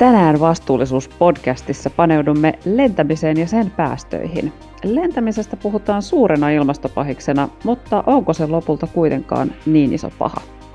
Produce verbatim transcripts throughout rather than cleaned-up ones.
Tänään Vastuullisuus-podcastissa paneudumme lentämiseen ja sen päästöihin. Lentämisestä puhutaan suurena ilmastopahiksena, mutta onko se lopulta kuitenkaan niin iso paha?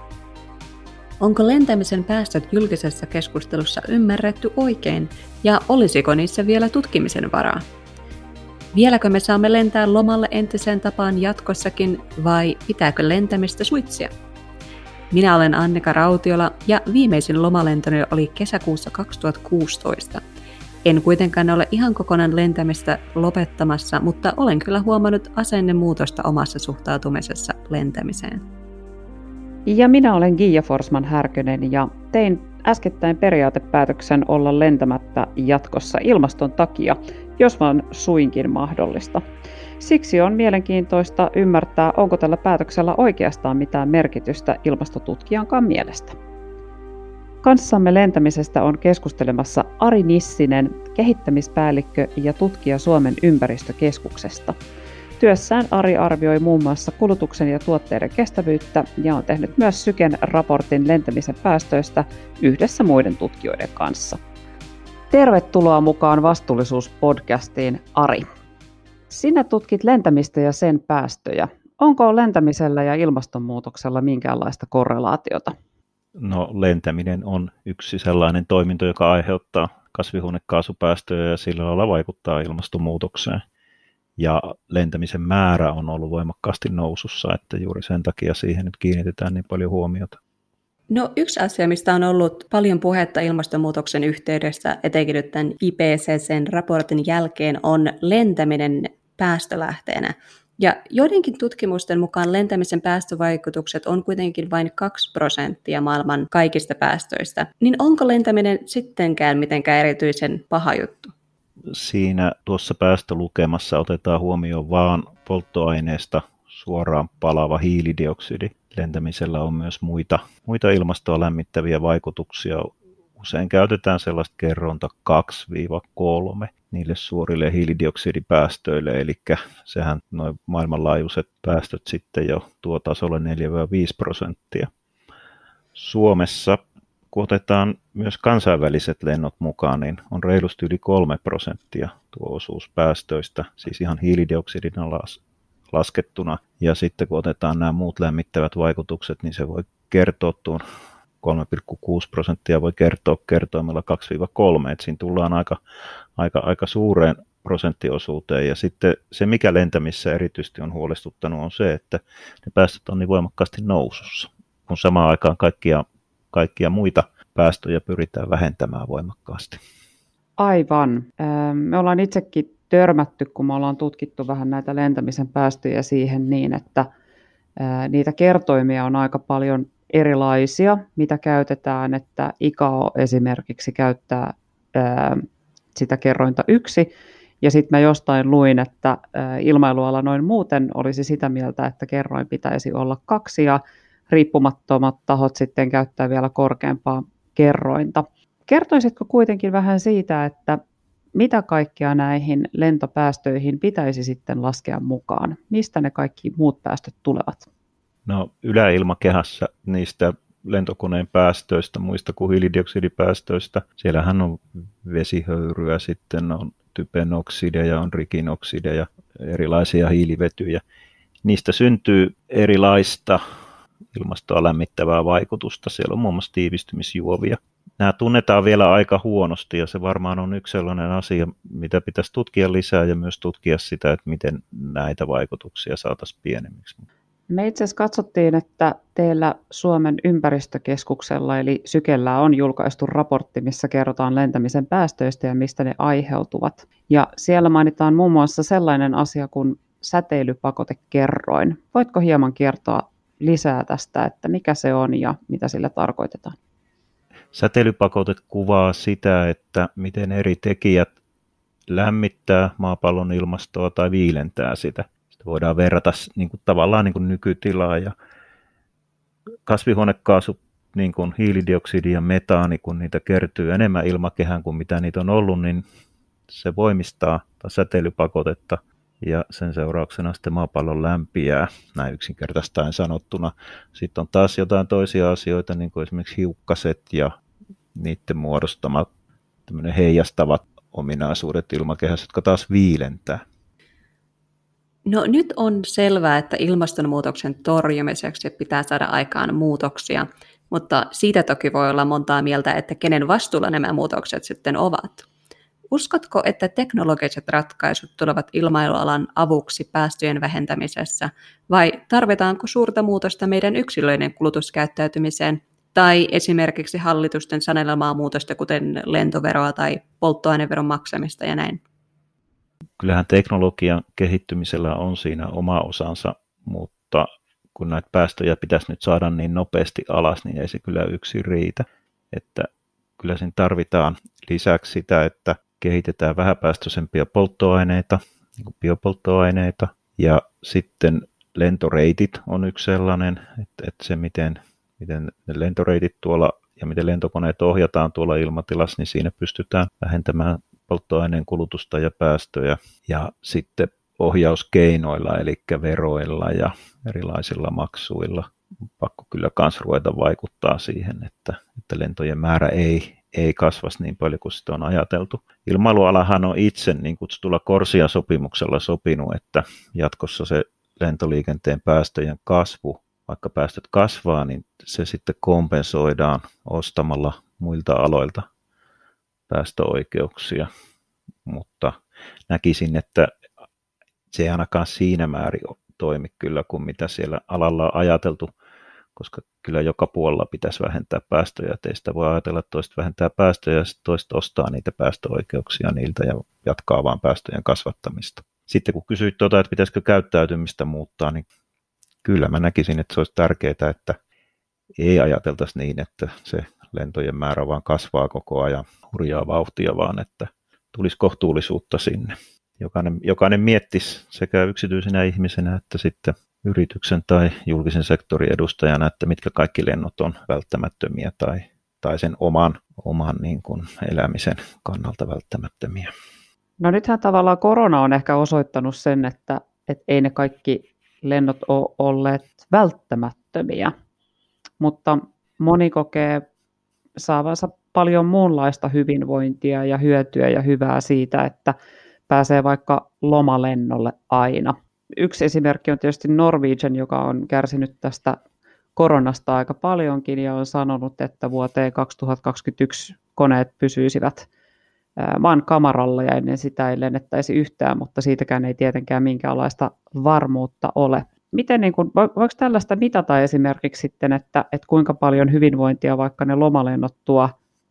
Onko lentämisen päästöt julkisessa keskustelussa ymmärretty oikein ja olisiko niissä vielä tutkimisen varaa? Vieläkö me saamme lentää lomalle entiseen tapaan jatkossakin vai pitääkö lentämistä suitsia? Minä olen Annika Rautiola ja viimeisin lomalentoni oli kesäkuussa kaksituhattakuusitoista. En kuitenkaan ole ihan kokonaan lentämistä lopettamassa, mutta olen kyllä huomannut asennemuutosta omassa suhtautumisessa lentämiseen. Ja minä olen Gia Forsman-Härkönen ja tein äskettäin periaatepäätöksen olla lentämättä jatkossa ilmaston takia, jos vaan suinkin mahdollista. Siksi on mielenkiintoista ymmärtää, onko tällä päätöksellä oikeastaan mitään merkitystä ilmastotutkijankaan mielestä. Kanssamme lentämisestä on keskustelemassa Ari Nissinen, kehittämispäällikkö ja tutkija Suomen ympäristökeskuksesta. Työssään Ari arvioi muun muassa kulutuksen ja tuotteiden kestävyyttä ja on tehnyt myös Syken raportin lentämisen päästöistä yhdessä muiden tutkijoiden kanssa. Tervetuloa mukaan Vastuullisuus-podcastiin, Ari. Sinä tutkit lentämistä ja sen päästöjä. Onko lentämisellä ja ilmastonmuutoksella minkäänlaista korrelaatiota? No, lentäminen on yksi sellainen toiminto, joka aiheuttaa kasvihuonekaasupäästöjä ja sillä lailla vaikuttaa ilmastonmuutokseen. Ja lentämisen määrä on ollut voimakkaasti nousussa, että juuri sen takia siihen nyt kiinnitetään niin paljon huomiota. No, yksi asia, mistä on ollut paljon puhetta ilmastonmuutoksen yhteydessä, etenkin nyt tämän I P C C:n raportin jälkeen, on lentäminen päästölähteenä. Ja joidenkin tutkimusten mukaan lentämisen päästövaikutukset on kuitenkin vain kaksi prosenttia maailman kaikista päästöistä. Niin onko lentäminen sittenkään mitenkään erityisen paha juttu? Siinä tuossa päästölukemassa otetaan huomioon vaan polttoaineesta suoraan palava hiilidioksidi. Lentämisellä on myös muita, muita ilmastoa lämmittäviä vaikutuksia. Usein käytetään sellaista kerrointa kaksi kolme niille suorille hiilidioksidipäästöille, eli sehän noin maailmanlaajuiset päästöt sitten jo tuo tasolle neljä viisi prosenttia. Suomessa, kun otetaan myös kansainväliset lennot mukaan, niin on reilusti yli kolme prosenttia tuo osuus päästöistä, siis ihan hiilidioksidin alas laskettuna. Ja sitten kun otetaan nämä muut lämmittävät vaikutukset, niin se voi kertoa tuon kolme pilkku kuusi prosenttia voi kertoa kertoimella kaksi kolme, että siinä tullaan aika, aika, aika suureen prosenttiosuuteen. Ja sitten se, mikä lentämissä erityisesti on huolestuttanut, on se, että ne päästöt on niin voimakkaasti nousussa, kun samaan aikaan kaikkia, kaikkia muita päästöjä pyritään vähentämään voimakkaasti. Aivan. Me ollaan itsekin törmätty, kun me ollaan tutkittu vähän näitä lentämisen päästöjä siihen niin, että niitä kertoimia on aika paljon erilaisia, mitä käytetään, että I C A O esimerkiksi käyttää sitä kerrointa yksi, ja sitten mä jostain luin, että ilmailuala noin muuten olisi sitä mieltä, että kerroin pitäisi olla kaksi, ja riippumattomat tahot sitten käyttää vielä korkeampaa kerrointa. Kertoisitko kuitenkin vähän siitä, että mitä kaikkea näihin lentopäästöihin pitäisi sitten laskea mukaan? Mistä ne kaikki muut päästöt tulevat? No, yläilmakehässä niistä lentokoneen päästöistä, muista kuin hiilidioksidipäästöistä, siellähän on vesihöyryä, sitten on typenoksideja, on rikinoksideja, erilaisia hiilivetyjä. Niistä syntyy erilaista ilmastoa lämmittävää vaikutusta. Siellä on muun muassa tiivistymisjuovia. Nämä tunnetaan vielä aika huonosti ja se varmaan on yksi sellainen asia, mitä pitäisi tutkia lisää ja myös tutkia sitä, että miten näitä vaikutuksia saataisiin pienemmiksi. Me itse asiassa katsottiin, että teillä Suomen ympäristökeskuksella eli Sykellä on julkaistu raportti, missä kerrotaan lentämisen päästöistä ja mistä ne aiheutuvat. Ja siellä mainitaan muun muassa sellainen asia kuin säteilypakotekerroin. Voitko hieman kertoa lisää tästä, että mikä se on ja mitä sillä tarkoitetaan? Säteilypakote kuvaa sitä, että miten eri tekijät lämmittää maapallon ilmastoa tai viilentää sitä. Sitä voidaan verrata niin kuin, tavallaan niin kuin nykytilaa ja kasvihuonekaasu, niin kuin hiilidioksidi ja metaani, kun niitä kertyy enemmän ilmakehään kuin mitä niitä on ollut, niin se voimistaa säteilypakotetta ja sen seurauksena sitten maapallon lämpiää, näin yksinkertaistaan sanottuna. Sitten on taas jotain toisia asioita, niin kuin esimerkiksi hiukkaset ja niiden muodostama tämmöinen heijastavat ominaisuudet ilmakehässä, jotka taas viilentää. No nyt on selvää, että ilmastonmuutoksen torjumiseksi pitää saada aikaan muutoksia, mutta siitä toki voi olla montaa mieltä, että kenen vastuulla nämä muutokset sitten ovat. Uskotko, että teknologiset ratkaisut tulevat ilmailualan avuksi päästöjen vähentämisessä, vai tarvitaanko suurta muutosta meidän yksilöiden kulutuskäyttäytymiseen, tai esimerkiksi hallitusten sanelemaa muutosta, kuten lentoveroa tai polttoaineveron maksamista ja näin? Kyllähän teknologian kehittymisellä on siinä oma osansa, mutta kun näitä päästöjä pitäisi nyt saada niin nopeasti alas, niin ei se kyllä yksin riitä. Että kyllä siinä tarvitaan lisäksi sitä, että kehitetään vähäpäästöisempiä polttoaineita, niin kuin biopolttoaineita, ja sitten lentoreitit on yksi sellainen, että, että se miten, miten ne lentoreitit tuolla ja miten lentokoneet ohjataan tuolla ilmatilassa, niin siinä pystytään vähentämään polttoaineen kulutusta ja päästöjä, ja sitten ohjauskeinoilla, eli veroilla ja erilaisilla maksuilla. Pakko kyllä kans ruveta vaikuttaa siihen, että, että lentojen määrä ei, ei kasvaisi niin paljon kuin sitä on ajateltu. Ilmailualahan on itse niin kutsutulla Corsia-sopimuksella sopinut, että jatkossa se lentoliikenteen päästöjen kasvu, vaikka päästöt kasvaa, niin se sitten kompensoidaan ostamalla muilta aloilta päästöoikeuksia, mutta näkisin, että se ei ainakaan siinä määrin toimi kyllä kuin mitä siellä alalla on ajateltu, koska kyllä joka puolella pitäisi vähentää päästöjä, että ei sitä voi ajatella, että toista vähentää päästöjä ja sitten toista ostaa niitä päästöoikeuksia niiltä ja jatkaa vaan päästöjen kasvattamista. Sitten kun kysyit tuota, että pitäisikö käyttäytymistä muuttaa, niin kyllä mä näkisin, että se olisi tärkeää, että ei ajateltaisi niin, että se lentojen määrä vaan kasvaa koko ajan hurjaa vauhtia, vaan että tulisi kohtuullisuutta sinne. Jokainen, jokainen miettisi sekä yksityisenä ihmisenä että sitten yrityksen tai julkisen sektorin edustajana, että mitkä kaikki lennot on välttämättömiä tai, tai sen oman, oman niin kuin elämisen kannalta välttämättömiä. No nythän tavallaan korona on ehkä osoittanut sen, että, että ei ne kaikki lennot ole olleet välttämättömiä, mutta moni kokee saavansa paljon muunlaista hyvinvointia ja hyötyä ja hyvää siitä, että pääsee vaikka lomalennolle aina. Yksi esimerkki on tietysti Norwegian, joka on kärsinyt tästä koronasta aika paljonkin ja on sanonut, että vuoteen kaksituhattakaksikymmentäyksi koneet pysyisivät maan kamaralla ja ennen sitä ei lennettäisi yhtään, mutta siitäkään ei tietenkään minkäänlaista varmuutta ole. Miten, niin kuin, voiko tällaista mitata esimerkiksi sitten, että, että kuinka paljon hyvinvointia vaikka ne lomalennot tuo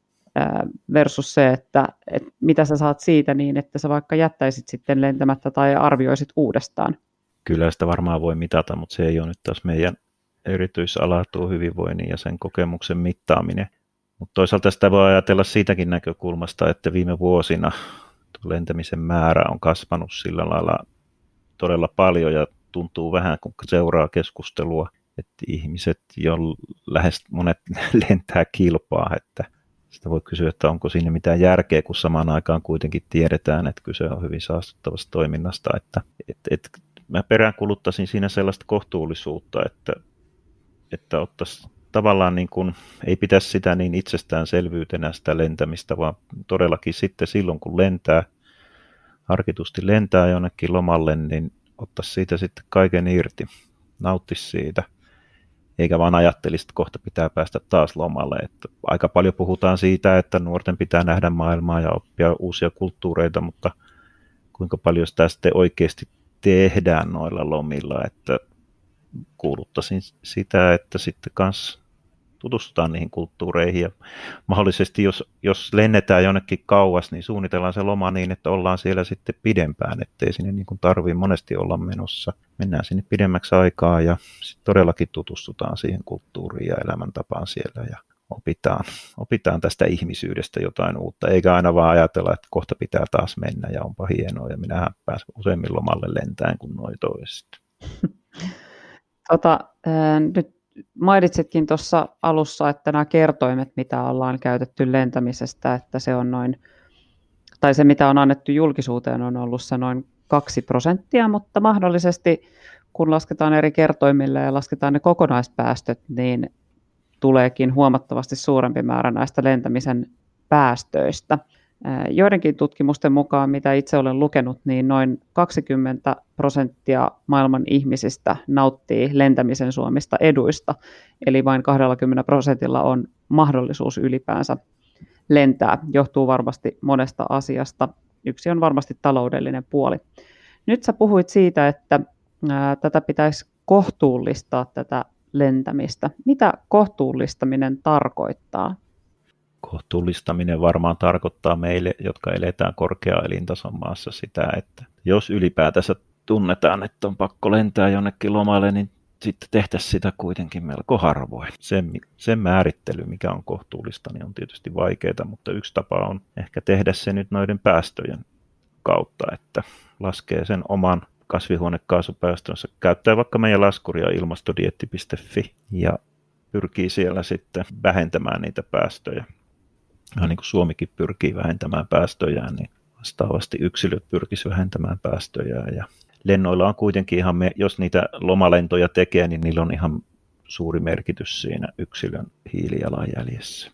versus se, että, että mitä sä saat siitä niin, että sä vaikka jättäisit sitten lentämättä tai arvioisit uudestaan? Kyllä sitä varmaan voi mitata, mutta se ei ole nyt taas meidän erityisala tuo hyvinvoinnin ja sen kokemuksen mittaaminen. Mutta toisaalta sitä voi ajatella siitäkin näkökulmasta, että viime vuosina lentämisen määrä on kasvanut sillä lailla todella paljon ja tuntuu vähän, kun seuraa keskustelua, että ihmiset jo lähes monet lentää kilpaa, että sitä voi kysyä, että onko siinä mitään järkeä, kun samaan aikaan kuitenkin tiedetään, että kyse on hyvin saastuttavasta toiminnasta. Että, et, et, mä peräänkuluttaisin siinä sellaista kohtuullisuutta, että, että ottaisi tavallaan niin kuin, ei pitäisi sitä niin itsestäänselvyytenä sitä lentämistä, vaan todellakin sitten silloin, kun lentää, harkitusti lentää jonnekin lomalle, niin ottaisi siitä sitten kaiken irti, nauttisi siitä. Eikä vaan ajattelisi, että kohta pitää päästä taas lomalle. Että aika paljon puhutaan siitä, että nuorten pitää nähdä maailmaa ja oppia uusia kulttuureita, mutta kuinka paljon sitä sitten oikeasti tehdään noilla lomilla, että kuuluttaisin sitä, että sitten kanssa tutustutaan niihin kulttuureihin ja mahdollisesti jos, jos lennetään jonnekin kauas, niin suunnitellaan se loma niin, että ollaan siellä sitten pidempään, ettei sinne niin kuin tarvitse monesti olla menossa. Mennään sinne pidemmäksi aikaa ja sitten todellakin tutustutaan siihen kulttuuriin ja elämäntapaan siellä ja opitaan, opitaan tästä ihmisyydestä jotain uutta, eikä aina vaan ajatella, että kohta pitää taas mennä ja onpa hienoa ja minähän pääsen useimmin lomalle lentäen kuin noi toiset. Tota, ää, nyt mainitsitkin tuossa alussa, että nämä kertoimet, mitä ollaan käytetty lentämisestä, että se on noin, tai se mitä on annettu julkisuuteen on ollut se noin kaksi prosenttia, mutta mahdollisesti kun lasketaan eri kertoimille ja lasketaan ne kokonaispäästöt, niin tuleekin huomattavasti suurempi määrä näistä lentämisen päästöistä. Joidenkin tutkimusten mukaan, mitä itse olen lukenut, niin noin kaksikymmentä prosenttia maailman ihmisistä nauttii lentämisen suomista eduista, eli vain kaksikymmentä prosentilla on mahdollisuus ylipäänsä lentää. Johtuu varmasti monesta asiasta. Yksi on varmasti taloudellinen puoli. Nyt sä puhuit siitä, että ää, tätä pitäisi kohtuullistaa tätä lentämistä. Mitä kohtuullistaminen tarkoittaa? Kohtuullistaminen varmaan tarkoittaa meille, jotka eletään korkean elintason maassa, sitä, että jos ylipäätänsä tunnetaan, että on pakko lentää jonnekin lomalle, niin sitten tehtäisiin sitä kuitenkin melko harvoin. Sen, sen määrittely, mikä on kohtuullista, niin on tietysti vaikeaa, mutta yksi tapa on ehkä tehdä se nyt noiden päästöjen kautta, että laskee sen oman kasvihuonekaasupäästönsä, käyttää vaikka meidän laskuria ilmastodieetti piste fi ja pyrkii siellä sitten vähentämään niitä päästöjä. Ja niin kuin Suomikin pyrkii vähentämään päästöjään, niin vastaavasti yksilöt pyrkisivät vähentämään päästöjään. Ja lennoilla on kuitenkin ihan, me, jos niitä lomalentoja tekee, niin niillä on ihan suuri merkitys siinä yksilön hiilijalanjäljessä.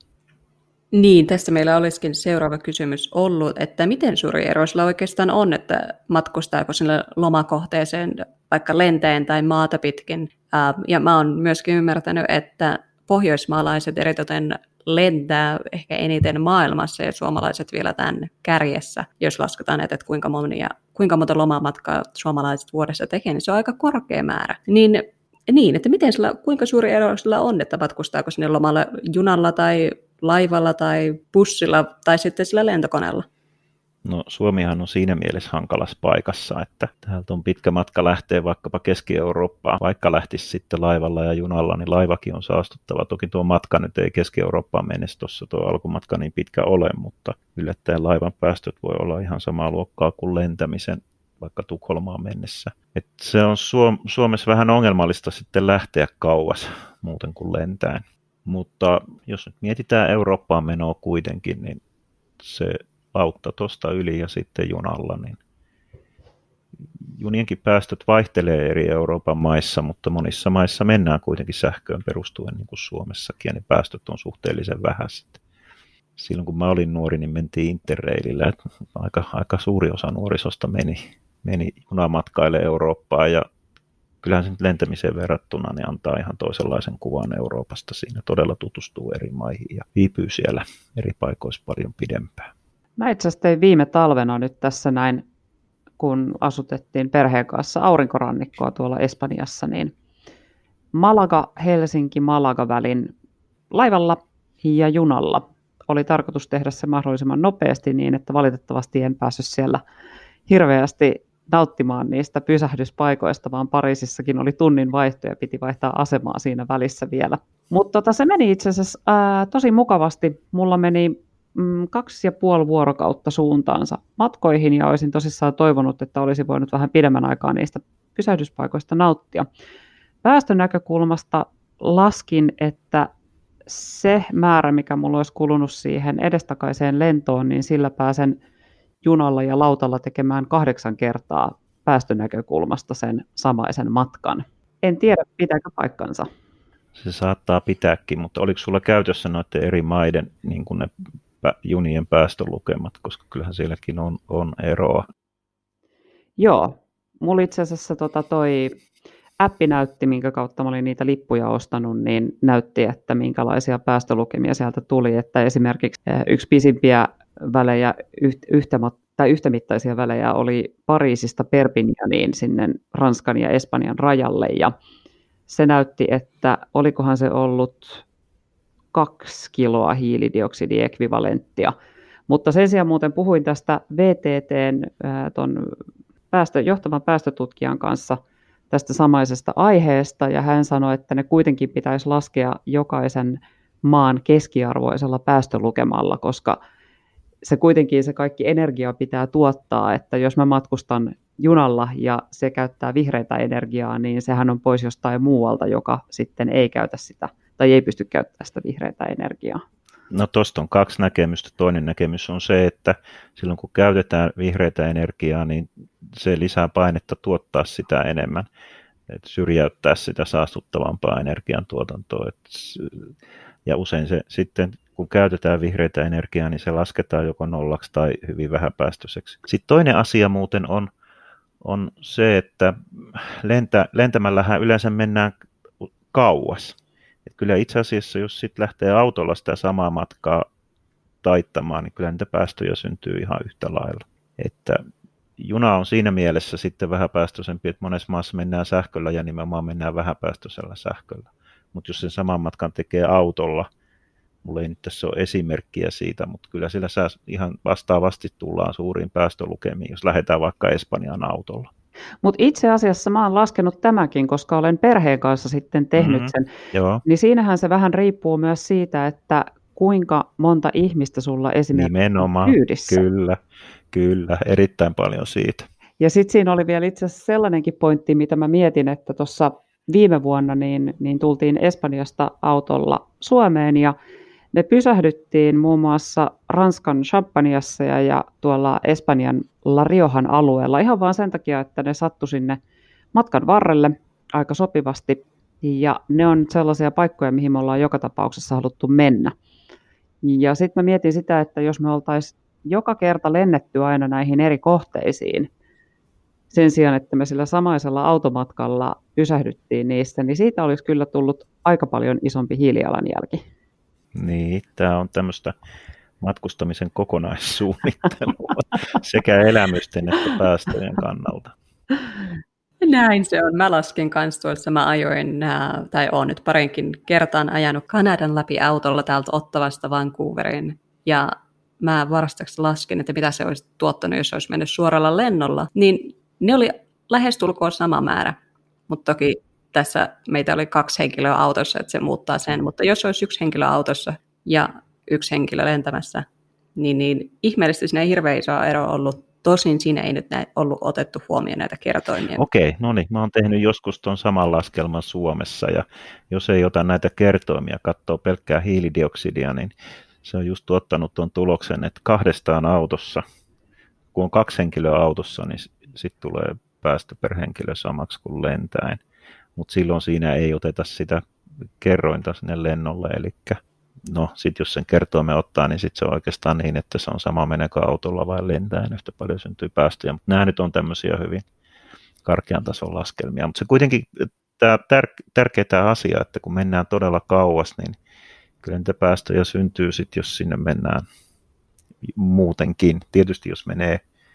Niin, tässä meillä olisikin seuraava kysymys ollut, että miten suuri ero sillä oikeastaan on, että matkustaako sinne lomakohteeseen vaikka lentäen tai maata pitkin. Ja mä oon myöskin ymmärtänyt, että pohjoismaalaiset eritoten lentää ehkä eniten maailmassa ja suomalaiset vielä tämän kärjessä, jos lasketaan, että kuinka, monia, kuinka monta lomamatkaa suomalaiset vuodessa tekee, niin se on aika korkea määrä. Niin, niin että miten sillä, kuinka suuri ero sillä on, että matkustaako sinne lomalle junalla tai laivalla tai bussilla tai sitten sillä lentokoneella? No Suomihan on siinä mielessä hankalassa paikassa, että täältä on pitkä matka lähteä vaikkapa Keski-Eurooppaan. Vaikka lähtisi sitten laivalla ja junalla, niin laivakin on saastuttava. Toki tuo matka nyt ei Keski-Eurooppaan mennessä tuossa tuo alkumatka niin pitkä ole, mutta yllättäen laivan päästöt voi olla ihan samaa luokkaa kuin lentämisen vaikka Tukholmaan mennessä. Et se on Suom- Suomessa vähän ongelmallista sitten lähteä kauas muuten kuin lentäen. Mutta jos nyt mietitään Eurooppaan menoa kuitenkin, niin se lautta tuosta yli ja sitten junalla, niin junienkin päästöt vaihtelee eri Euroopan maissa, mutta monissa maissa mennään kuitenkin sähköön perustuen niin kuin Suomessakin, ja ne päästöt on suhteellisen vähäiset. Silloin kun mä olin nuori, niin mentiin Interrailillä, että aika, aika suuri osa nuorisosta meni, meni junamatkaille Eurooppaan, ja kyllähän se nyt lentämiseen verrattuna niin antaa ihan toisenlaisen kuvan Euroopasta. Siinä todella tutustuu eri maihin ja viipyy siellä eri paikoissa paljon pidempään. Mä itse asiassa tein viime talvena nyt tässä näin, kun asutettiin perheen kanssa aurinkorannikkoa tuolla Espanjassa, niin Malaga, Helsinki, Malaga välin laivalla ja junalla oli tarkoitus tehdä se mahdollisimman nopeasti niin, että valitettavasti en päässyt siellä hirveästi nauttimaan niistä pysähdyspaikoista, vaan Pariisissakin oli tunnin vaihto ja piti vaihtaa asemaa siinä välissä vielä. Mutta tota, se meni itse asiassa ää, tosi mukavasti. Mulla meni mm, kaksi ja puoli vuorokautta suuntaansa matkoihin ja olisin tosissaan toivonut, että olisi voinut vähän pidemmän aikaa niistä pysähdyspaikoista nauttia. Päästön näkökulmasta laskin, että se määrä, mikä mulla olisi kulunut siihen edestakaiseen lentoon, niin sillä pääsen junalla ja lautalla tekemään kahdeksan kertaa päästönäkökulmasta sen samaisen matkan. En tiedä, pitääkö paikkansa. Se saattaa pitääkin, mutta oliko sulla käytössä noiden eri maiden niin kuin ne junien päästölukemat, koska kyllähän sielläkin on, on eroa? Joo, mulla itse asiassa tota toi appi näytti, minkä kautta mä olin niitä lippuja ostanut, niin näytti, että minkälaisia päästölukemia sieltä tuli, että esimerkiksi yksi pisimpiä välejä, yhtä, tai yhtämittaisia välejä oli Pariisista Perpignaniin sinne Ranskan ja Espanjan rajalle, ja se näytti, että olikohan se ollut kaksi kiloa hiilidioksidiekvivalenttia. Mutta sen sijaan muuten puhuin tästä V T T:n ton päästö, johtavan päästötutkijan kanssa tästä samaisesta aiheesta, ja hän sanoi, että ne kuitenkin pitäisi laskea jokaisen maan keskiarvoisella päästölukemalla, koska se kuitenkin se kaikki energia pitää tuottaa, että jos mä matkustan junalla ja se käyttää vihreätä energiaa, niin sehän on pois jostain muualta, joka sitten ei käytä sitä tai ei pysty käyttämään sitä vihreätä energiaa. No tuosta on kaksi näkemystä. Toinen näkemys on se, että silloin kun käytetään vihreätä energiaa, niin se lisää painetta tuottaa sitä enemmän, että syrjäyttää sitä saastuttavampaa energiantuotantoa. Ja usein se sitten kun käytetään vihreitä energiaa, niin se lasketaan joko nollaksi tai hyvin vähäpäästöiseksi. Sitten toinen asia muuten on, on se, että lentä, lentämällähän yleensä mennään kauas. Et kyllä itse asiassa, jos sitten lähtee autolla sitä samaa matkaa taittamaan, niin kyllä niitä päästöjä syntyy ihan yhtä lailla. Että juna on siinä mielessä sitten vähäpäästöisempi, että monessa maassa mennään sähköllä ja nimenomaan mennään vähäpäästöisellä sähköllä. Mutta jos sen saman matkan tekee autolla, mulla ei nyt tässä ole esimerkkiä siitä, mutta kyllä sillä ihan vastaavasti tullaan suuriin päästölukemiin, jos lähdetään vaikka Espanjan autolla. Mutta itse asiassa mä oon laskenut tämäkin, koska olen perheen kanssa sitten tehnyt Mm-hmm. sen. Joo. Niin siinähän se vähän riippuu myös siitä, että kuinka monta ihmistä sulla esimerkiksi Nimenomaan, kyydissä. kyllä, kyllä, erittäin paljon siitä. Ja sitten siinä oli vielä itse asiassa sellainenkin pointti, mitä mä mietin, että tuossa viime vuonna niin, niin tultiin Espanjasta autolla Suomeen ja me pysähdyttiin muun muassa Ranskan Champagnassa ja, ja tuolla Espanjan La Riojan alueella ihan vaan sen takia, että ne sattui sinne matkan varrelle aika sopivasti ja ne on sellaisia paikkoja, mihin me ollaan joka tapauksessa haluttu mennä. Ja sitten mä mietin sitä, että jos me oltaisiin joka kerta lennetty aina näihin eri kohteisiin, sen sijaan, että me sillä samaisella automatkalla pysähdyttiin niissä, niin siitä olisi kyllä tullut aika paljon isompi hiilijalanjälki. Niin, tämä on tämmöistä matkustamisen kokonaissuunnittelua sekä elämysten että päästöjen kannalta. Näin se on. Mä laskin kanssa tuossa, mä ajoin, tai oon nyt parinkin kertaan ajanut Kanadan läpi autolla täältä Ottavasta Vancouveriin, ja mä varastaksi laskin, että mitä se olisi tuottanut, jos olisi mennyt suoralla lennolla, niin ne oli lähestulkoon sama määrä, mutta toki tässä meitä oli kaksi henkilöä autossa, että se muuttaa sen, mutta jos olisi yksi henkilö autossa ja yksi henkilö lentämässä, niin, niin ihmeellisesti siinä ei hirveän iso ero ollut. Tosin siinä ei nyt ollut otettu huomioon näitä kertoimia. Okei, no niin, mä oon tehnyt joskus tuon saman laskelman Suomessa, ja jos ei ota näitä kertoimia, katsoo pelkkää hiilidioksidia, niin se on just tuottanut tuon tuloksen, että kahdestaan autossa, kun on kaksi henkilöä autossa, niin sitten tulee päästö per henkilö samaksi kuin lentäen. Mutta silloin siinä ei oteta sitä kerrointa sinne lennolle, eli no sitten jos sen kertoimen ottaa, niin sitten se on oikeastaan niin, että se on sama menekö autolla vai lentäen, yhtä paljon syntyy päästöjä. Mutta nämä nyt on tämmöisiä hyvin karkean tason laskelmia, mutta se kuitenkin tämä tär- tärkeä tämä asia, että kun mennään todella kauas, niin kyllä niitä päästöjä syntyy sitten, jos sinne mennään muutenkin. Tietysti jos menee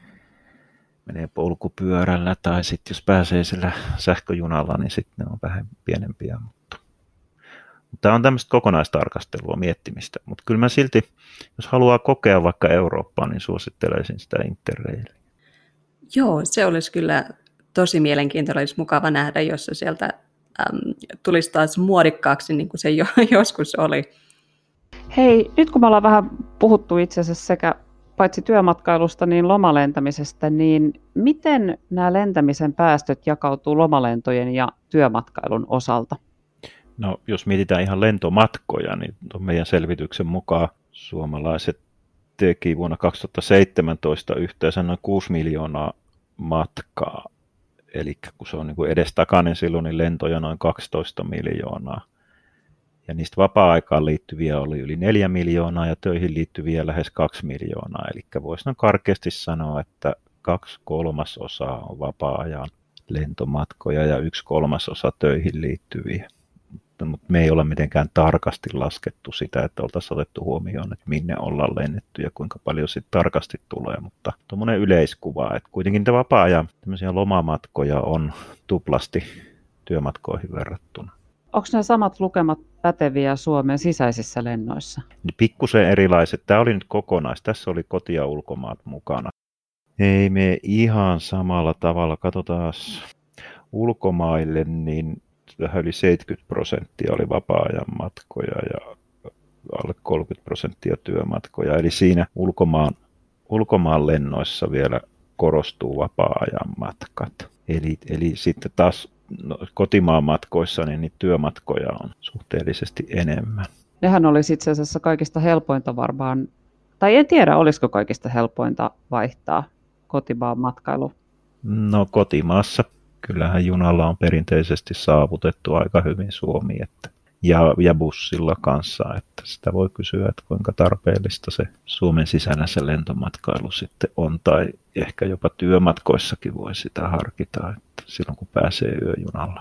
menee polkupyörällä tai sitten jos pääsee sillä sähköjunalla, niin sitten ne on vähän pienempiä. Mutta, mutta tämä on tämmöistä kokonaistarkastelua, miettimistä. Mutta kyllä mä silti, jos haluaa kokea vaikka Eurooppaa, niin suosittelisin sitä Interrailia. Joo, se olisi kyllä tosi mielenkiintoista, olisi mukava nähdä, jos se sieltä äm, tulisi taas muodikkaaksi, niin kuin se jo, joskus oli. Hei, nyt kun me ollaan vähän puhuttu itse asiassa sekä paitsi työmatkailusta, niin lomalentämisestä, niin miten nämä lentämisen päästöt jakautuu lomalentojen ja työmatkailun osalta? No, jos mietitään ihan lentomatkoja, niin meidän selvityksen mukaan suomalaiset teki vuonna kaksituhattaseitsemäntoista yhteensä noin kuusi miljoonaa matkaa. Eli kun se on niin kuin edestakainen silloin, niin lentoja noin kaksitoista miljoonaa. Ja niistä vapaa-aikaan liittyviä oli yli neljä miljoonaa ja töihin liittyviä lähes kaksi miljoonaa. Eli voisi noin karkeasti sanoa, että kaksi kolmasosaa on vapaa-ajan lentomatkoja ja yksi kolmasosa töihin liittyviä. Mutta me ei ole mitenkään tarkasti laskettu sitä, että oltaisiin otettu huomioon, että minne ollaan lennetty ja kuinka paljon sitten tarkasti tulee. Mutta tuommoinen yleiskuva, että kuitenkin niitä vapaa-ajan tämmöisiä lomamatkoja on tuplasti työmatkoihin verrattuna. Onko nämä samat lukemat päteviä Suomen sisäisissä lennoissa? Pikkusen erilaiset. Tämä oli nyt kokonais. Tässä oli koti- ja ulkomaat mukana. Ei me ihan samalla tavalla. Katsotaan ulkomaille, niin vähän yli seitsemänkymmentä prosenttia oli vapaa-ajan matkoja ja alle kolmekymmentä prosenttia työmatkoja. Eli siinä ulkomaan, ulkomaan lennoissa vielä korostuu vapaa-ajan matkat. Eli, eli sitten taas no, kotimaan matkoissa niin niitä työmatkoja on suhteellisesti enemmän. Nehän olisi itse asiassa kaikista helpointa varmaan, tai en tiedä, olisiko kaikista helpointa vaihtaa kotimaan matkailu. No kotimaassa kyllähän junalla on perinteisesti saavutettu aika hyvin Suomi, että ja, ja bussilla kanssa, että sitä voi kysyä, että kuinka tarpeellista se Suomen sisällä se lentomatkailu sitten on, tai ehkä jopa työmatkoissakin voi sitä harkita, että silloin kun pääsee yöjunalla.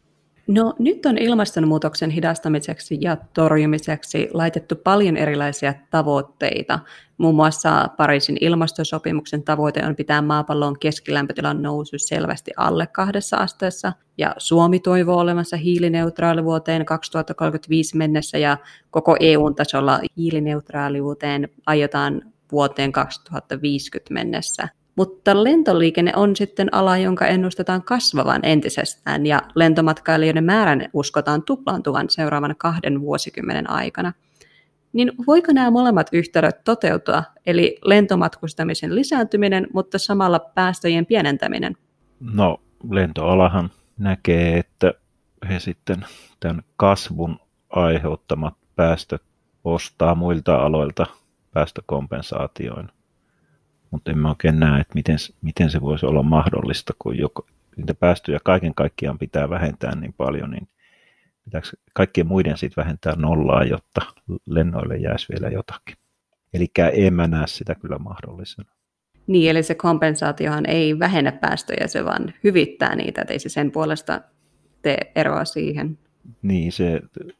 No nyt on ilmastonmuutoksen hidastamiseksi ja torjumiseksi laitettu paljon erilaisia tavoitteita. Muun muassa Pariisin ilmastosopimuksen tavoite on pitää maapallon keskilämpötilan nousu selvästi alle kahdessa asteessa. Ja Suomi toivoo olevansa hiilineutraali vuoteen kaksituhattakolmekymmentäviisi mennessä ja koko E U:n tasolla hiilineutraaliuteen aiotaan vuoteen kaksituhattaviisikymmentä mennessä. Mutta lentoliikenne on sitten ala, jonka ennustetaan kasvavan entisestään ja lentomatkailijoiden määrän uskotaan tuplaantuvan seuraavan kahden vuosikymmenen aikana. Niin voiko nämä molemmat yhtälöt toteutua, eli lentomatkustamisen lisääntyminen, mutta samalla päästöjen pienentäminen? No lentoalahan näkee, että he sitten tämän kasvun aiheuttamat päästöt ostaa muilta aloilta päästökompensaatioin. Mutta en mä oikein näe, että miten, miten se voisi olla mahdollista, kun joko, niitä päästöjä kaiken kaikkiaan pitää vähentää niin paljon, niin pitääkö kaikkien muiden sitten vähentää nollaa, jotta lennoille jäisi vielä jotakin. Eli en mä näe sitä kyllä mahdollisena. Niin, eli se kompensaatiohan ei vähennä päästöjä, se vaan hyvittää niitä, että ei se sen puolesta tee eroa siihen. Niin, se,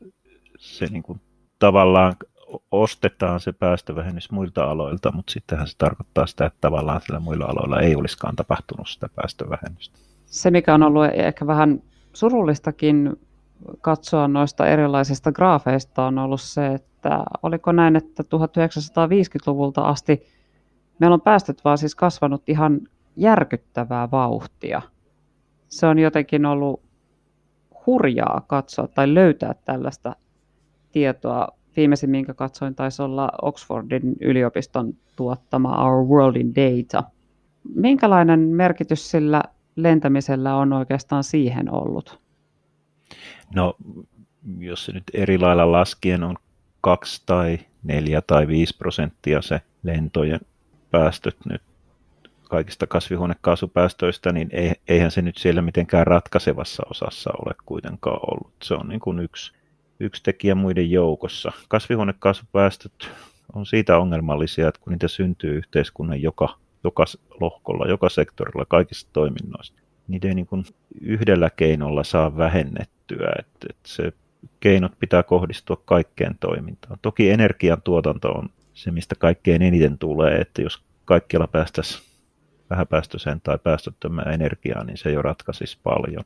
se niin kuin tavallaan ostetaan se päästövähennys muilta aloilta, mutta sittenhän se tarkoittaa sitä, että tavallaan sillä muilla aloilla ei olisikaan tapahtunut sitä päästövähennystä. Se, mikä on ollut ehkä vähän surullistakin katsoa noista erilaisista graafeista, on ollut se, että oliko näin, että tuhatyhdeksänsataaviisikymmentäluvulta asti meillä on päästöt vaan siis kasvanut ihan järkyttävää vauhtia. Se on jotenkin ollut hurjaa katsoa tai löytää tällaista tietoa. Viimeisin, minkä katsoin, taisi olla Oxfordin yliopiston tuottama Our World in Data. Minkälainen merkitys sillä lentämisellä on oikeastaan siihen ollut? No, jos se nyt eri lailla laskien on kaksi tai neljä tai viisi prosenttia se lentojen päästöt nyt kaikista kasvihuonekaasupäästöistä, niin eihän se nyt siellä mitenkään ratkaisevassa osassa ole kuitenkaan ollut. Se on niin kuin yksi. yksi tekijä muiden joukossa. Kasvihuonekaasupäästöt on siitä ongelmallisia, että kun niitä syntyy yhteiskunnan joka, joka lohkolla, joka sektorilla, kaikissa toiminnoissa, niitä ei niin kuin yhdellä keinolla saa vähennettyä. Että, että se keinot pitää kohdistua kaikkeen toimintaan. Toki energiantuotanto on se, mistä kaikkein eniten tulee, että jos kaikkialla päästäisiin vähäpäästöiseen tai päästöttömään energiaan, niin se jo ratkaisisi paljon.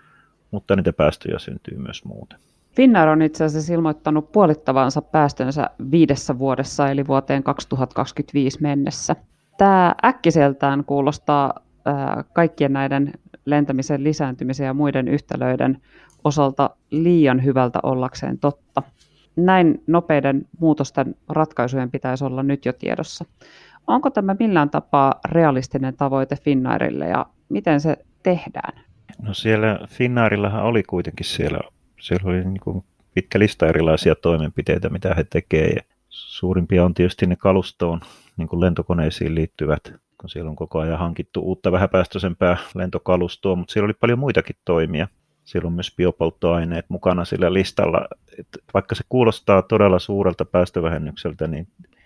Mutta niitä päästöjä syntyy myös muuten. Finnair on itse asiassa ilmoittanut puolittavansa päästönsä viidessä vuodessa, eli vuoteen kaksituhattakaksikymmentäviisi mennessä. Tämä äkkiseltään kuulostaa kaikkien näiden lentämisen lisääntymisen ja muiden yhtälöiden osalta liian hyvältä ollakseen totta. Näin nopeiden muutosten ratkaisujen pitäisi olla nyt jo tiedossa. Onko tämä millään tapaa realistinen tavoite Finnairille ja miten se tehdään? No siellä Finnairillahan oli kuitenkin siellä Siellä oli niin kuin pitkä lista erilaisia toimenpiteitä, mitä he tekevät. Suurimpia on tietysti ne kalustoon, niin kuin lentokoneisiin liittyvät, kun siellä on koko ajan hankittu uutta vähäpäästöisempää lentokalustoa, mutta siellä oli paljon muitakin toimia. Siellä on myös biopolttoaineet mukana sillä listalla. Että vaikka se kuulostaa todella suurelta päästövähennykseltä, niin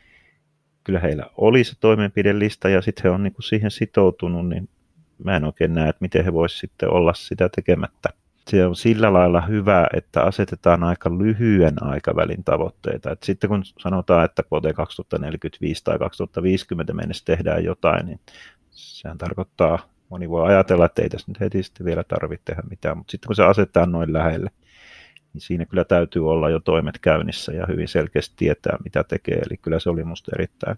kyllä heillä oli se toimenpidelista ja sitten he on niin kuin siihen sitoutunut, niin mä en oikein näe, että miten he voisivat sitten olla sitä tekemättä. Se on sillä lailla hyvä, että asetetaan aika lyhyen aikavälin tavoitteita. Et sitten kun sanotaan, että vuoteen kaksituhattaneljäkymmentäviisi tai kaksituhattaviisikymmentä mennessä tehdään jotain, niin sehän tarkoittaa, moni voi ajatella, että ei tässä nyt heti sitten vielä tarvitse tehdä mitään, mutta sitten kun se asetetaan noin lähelle, niin siinä kyllä täytyy olla jo toimet käynnissä ja hyvin selkeästi tietää, mitä tekee. Eli kyllä se oli musta erittäin,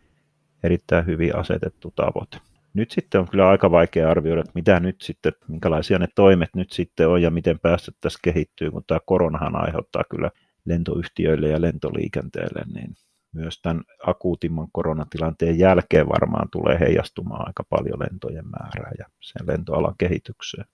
erittäin hyvin asetettu tavoite. Nyt sitten on kyllä aika vaikea arvioida, että mitä nyt sitten, minkälaisia ne toimet nyt sitten on ja miten päästöt tässä kehittyy, kun tämä koronahan aiheuttaa kyllä lentoyhtiöille ja lentoliikenteelle, niin myös tämän akuutimman koronatilanteen jälkeen varmaan tulee heijastumaan aika paljon lentojen määrää ja sen lentoalan kehitykseen.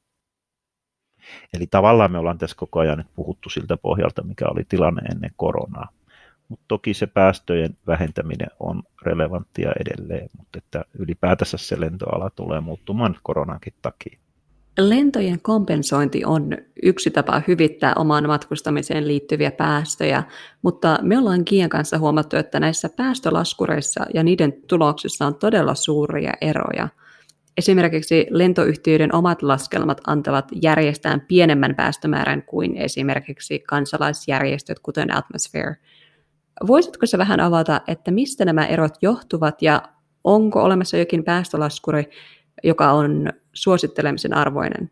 Eli tavallaan me ollaan tässä koko ajan nyt puhuttu siltä pohjalta, mikä oli tilanne ennen koronaa. Mutta toki se päästöjen vähentäminen on relevanttia edelleen, mutta että ylipäätänsä se lentoala tulee muuttumaan koronankin takia. Lentojen kompensointi on yksi tapa hyvittää omaan matkustamiseen liittyviä päästöjä, mutta me ollaan Kiian kanssa huomattu, että näissä päästölaskureissa ja niiden tuloksissa on todella suuria eroja. Esimerkiksi lentoyhtiöiden omat laskelmat antavat järjestään pienemmän päästömäärän kuin esimerkiksi kansalaisjärjestöt, kuten Atmosphere. Voisitko sä vähän avata, että mistä nämä erot johtuvat ja onko olemassa jokin päästölaskuri, joka on suosittelemisen arvoinen?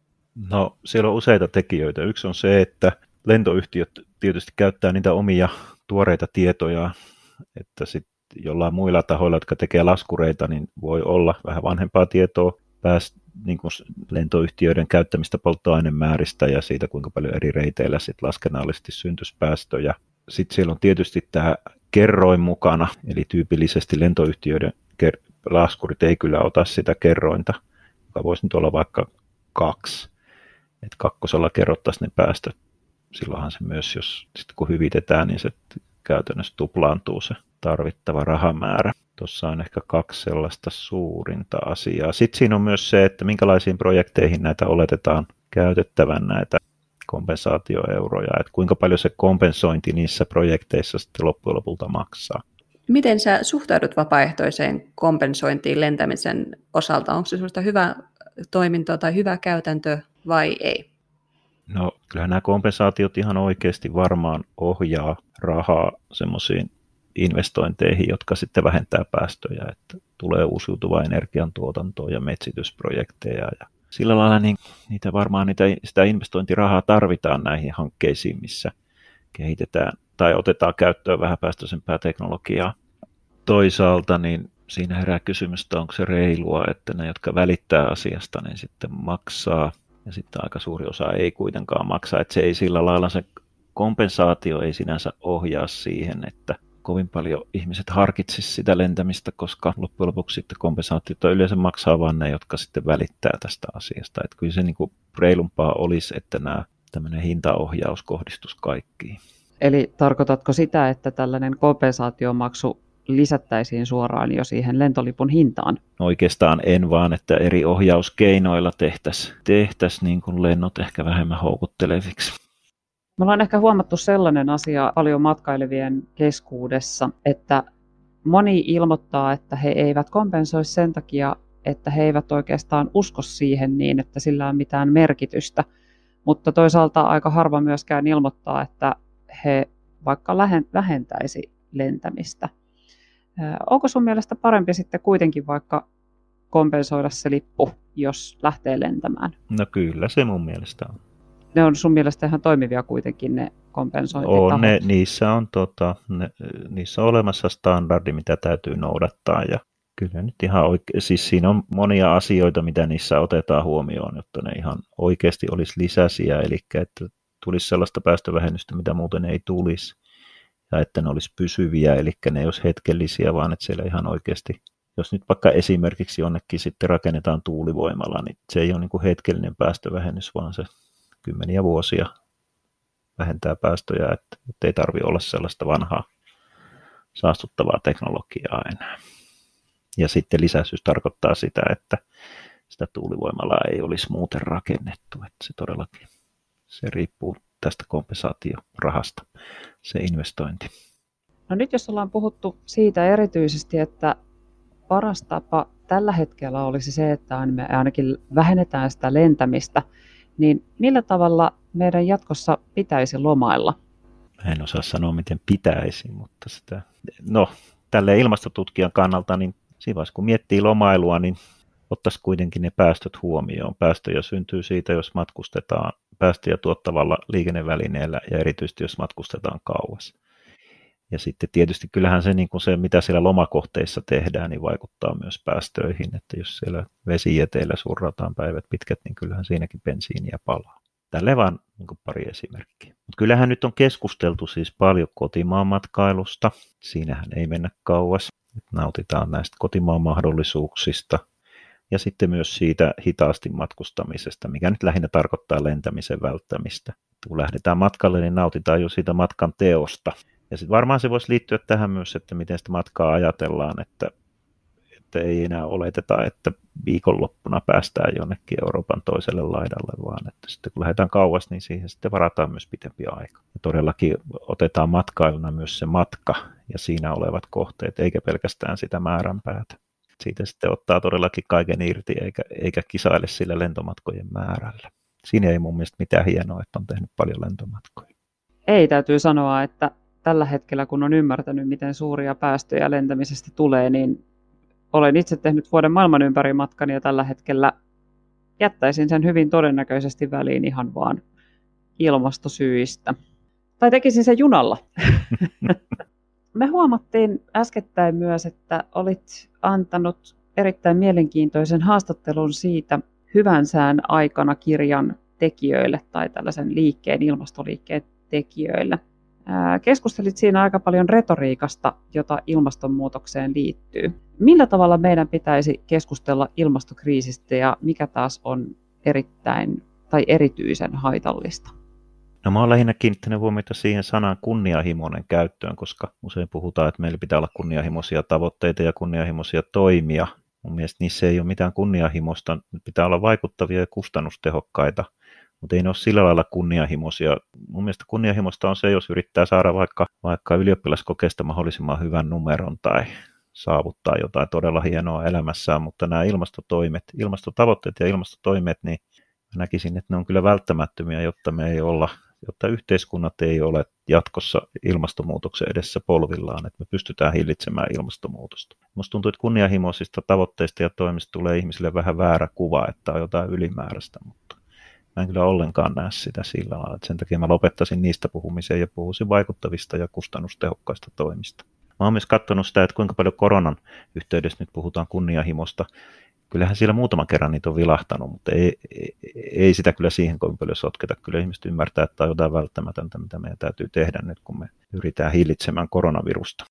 No, siellä on useita tekijöitä. Yksi on se, että lentoyhtiöt tietysti käyttää niitä omia tuoreita tietoja, että sitten jollain muilla tahoilla, jotka tekee laskureita, niin voi olla vähän vanhempaa tietoa pääst, niin kuin lentoyhtiöiden käyttämistä polttoainemääristä ja siitä, kuinka paljon eri reiteillä sit laskennallisesti syntyisi päästöjä. Sitten siellä on tietysti tämä kerroin mukana, eli tyypillisesti lentoyhtiöiden ker- laskurit ei kyllä ota sitä kerrointa, joka voisi nyt olla vaikka kaksi. Että kakkosella kerrottaisiin ne päästöt. Silloinhan se myös, jos sitten kun hyvitetään, niin se käytännössä tuplaantuu se tarvittava rahamäärä. Tuossa on ehkä kaksi sellaista suurinta asiaa. Sitten siinä on myös se, että minkälaisiin projekteihin näitä oletetaan käytettävän näitä kompensaatioeuroja, että kuinka paljon se kompensointi niissä projekteissa sitten loppujen lopulta maksaa. Miten sä suhtaudut vapaaehtoiseen kompensointiin lentämisen osalta? Onko se sellaista hyvä toimintoa tai hyvä käytäntö vai ei? No kyllähän nämä kompensaatiot ihan oikeasti varmaan ohjaa rahaa semmoisiin investointeihin, jotka sitten vähentää päästöjä, että tulee uusiutuvaa energiantuotantoa ja metsitysprojekteja ja sillä lailla niin niitä varmaan niitä, sitä investointirahaa tarvitaan näihin hankkeisiin, missä kehitetään tai otetaan käyttöön vähäpäästöisempää teknologiaa. Toisaalta niin siinä herää kysymys, että onko se reilua, että ne, jotka välittää asiasta, niin sitten maksaa ja sitten aika suuri osa ei kuitenkaan maksa. Että se ei sillä lailla, se kompensaatio ei sinänsä ohjaa siihen, että kovin paljon ihmiset harkitsisivat sitä lentämistä, koska loppujen lopuksi sitten kompensaatiota yleensä maksaa vain ne, jotka sitten välittää tästä asiasta. Että kyllä se niin kuin reilumpaa olisi, että nämä tämmöinen hintaohjaus kohdistuisi kaikkiin. Eli tarkoitatko sitä, että tällainen kompensaatiomaksu lisättäisiin suoraan jo siihen lentolipun hintaan? Oikeastaan en vaan, että eri ohjauskeinoilla tehtäisiin tehtäisi niin kuin lennot ehkä vähemmän houkutteleviksi. Me ollaan ehkä huomattu sellainen asia paljon matkailevien keskuudessa, että moni ilmoittaa, että he eivät kompensoi sen takia, että he eivät oikeastaan usko siihen niin, että sillä on mitään merkitystä. Mutta toisaalta aika harva myöskään ilmoittaa, että he vaikka vähentäisi lentämistä. Onko sun mielestä parempi sitten kuitenkin vaikka kompensoida se lippu, jos lähtee lentämään? No kyllä se mun mielestä on. Ne on sun mielestä ihan toimivia kuitenkin ne kompensointitahot? On, ne, niissä, on, tota, ne, niissä on olemassa standardi, mitä täytyy noudattaa. Ja kyllä nyt ihan oike- siis siinä on monia asioita, mitä niissä otetaan huomioon, jotta ne ihan oikeasti olisi lisäsiä, eli että tulisi sellaista päästövähennystä, mitä muuten ei tulisi, ja että ne olisi pysyviä, eli ne ei olisi hetkellisiä, vaan että siellä ihan oikeasti, jos nyt vaikka esimerkiksi jonnekin sitten rakennetaan tuulivoimalla, niin se ei ole niin kuin hetkellinen päästövähennys, vaan se kymmeniä vuosia vähentää päästöjä, että, että ei tarvitse olla sellaista vanhaa saastuttavaa teknologiaa enää. Ja sitten lisäisyys tarkoittaa sitä, että sitä tuulivoimalaa ei olisi muuten rakennettu, että se todellakin se riippuu tästä kompensaatiorahasta, se investointi. No nyt jos ollaan puhuttu siitä erityisesti, että paras tapa tällä hetkellä olisi se, että me ainakin vähennetään sitä lentämistä, niin millä tavalla meidän jatkossa pitäisi lomailla? En osaa sanoa, miten pitäisi, mutta sitä, no, tälleen ilmastotutkijan kannalta, niin siinä vaiheessa, kun miettii lomailua, niin ottaisi kuitenkin ne päästöt huomioon. Päästöjä syntyy siitä, jos matkustetaan päästöjä tuottavalla liikennevälineellä ja erityisesti, jos matkustetaan kauas. Ja sitten tietysti kyllähän se, niin kuin se, mitä siellä lomakohteissa tehdään, niin vaikuttaa myös päästöihin. Että jos siellä vesijäteillä surrataan päivät pitkät, niin kyllähän siinäkin bensiiniä palaa. Tälleen vaan niin kuin pari esimerkkiä. Mutta kyllähän nyt on keskusteltu siis paljon kotimaan matkailusta. Siinähän ei mennä kauas. Nautitaan näistä kotimaan mahdollisuuksista. Ja sitten myös siitä hitaasti matkustamisesta, mikä nyt lähinnä tarkoittaa lentämisen välttämistä. Kun lähdetään matkalle, niin nautitaan jo siitä matkan teosta. Ja sitten varmaan se voisi liittyä tähän myös, että miten sitä matkaa ajatellaan, että että ei enää oleteta, että viikonloppuna päästään jonnekin Euroopan toiselle laidalle, vaan että sitten kun lähdetään kauas, niin siihen sitten varataan myös pitempi aika. Ja todellakin otetaan matkailuna myös se matka ja siinä olevat kohteet, eikä pelkästään sitä määränpäätä. Siitä sitten ottaa todellakin kaiken irti, eikä, eikä kisaile sillä lentomatkojen määrällä. Siinä ei mun mielestä mitään hienoa, että on tehnyt paljon lentomatkoja. Ei, täytyy sanoa, että tällä hetkellä, kun on ymmärtänyt, miten suuria päästöjä lentämisestä tulee, niin olen itse tehnyt vuoden maailman ympärimatkan ja tällä hetkellä jättäisin sen hyvin todennäköisesti väliin ihan vaan ilmastosyistä. Tai tekisin sen junalla. Me huomattiin äskettäin myös, että olit antanut erittäin mielenkiintoisen haastattelun siitä hyvän sään aikana kirjan tekijöille tai tällaisen liikkeen, ilmastoliikkeen tekijöille. Keskustelit siinä aika paljon retoriikasta, jota ilmastonmuutokseen liittyy. Millä tavalla meidän pitäisi keskustella ilmastokriisistä ja mikä taas on erittäin tai erityisen haitallista? No mä oon lähinnä kiinnittänyt huomiota siihen sanaan kunnianhimoinen käyttöön, koska usein puhutaan, että meillä pitää olla kunnianhimoisia tavoitteita ja kunnianhimoisia toimia. Mun mielestä niissä ei ole mitään kunnianhimoista, pitää olla vaikuttavia ja kustannustehokkaita, mutta ei ne ole sillä lailla kunnianhimoisia. Mun mielestä kunnianhimoista on se, jos yrittää saada vaikka, vaikka ylioppilaskokeesta mahdollisimman hyvän numeron tai saavuttaa jotain todella hienoa elämässään, mutta nämä ilmastotoimet, ilmastotavoitteet ja ilmastotoimet, niin näkisin, että ne on kyllä välttämättömiä, jotta me ei olla, jotta yhteiskunnat ei ole jatkossa ilmastonmuutoksen edessä polvillaan, että me pystytään hillitsemään ilmastonmuutosta. Minusta tuntuu, että kunnianhimoisista tavoitteista ja toimista tulee ihmisille vähän väärä kuva, että on jotain ylimääräistä, mutta mä en kyllä ollenkaan näe sitä sillä lailla, että sen takia mä lopettaisin niistä puhumiseen ja puhuisin vaikuttavista ja kustannustehokkaista toimista. Mä oon myös katsonut sitä, että kuinka paljon koronan yhteydessä nyt puhutaan kunnianhimosta. Kyllähän siellä muutaman kerran niitä on vilahtanut, mutta ei, ei, ei sitä kyllä siihen kovin paljon sotketa. Kyllä ihmiset ymmärtää, että on jotain välttämätöntä, mitä meidän täytyy tehdä nyt, kun me yritetään hillitsemään koronavirusta.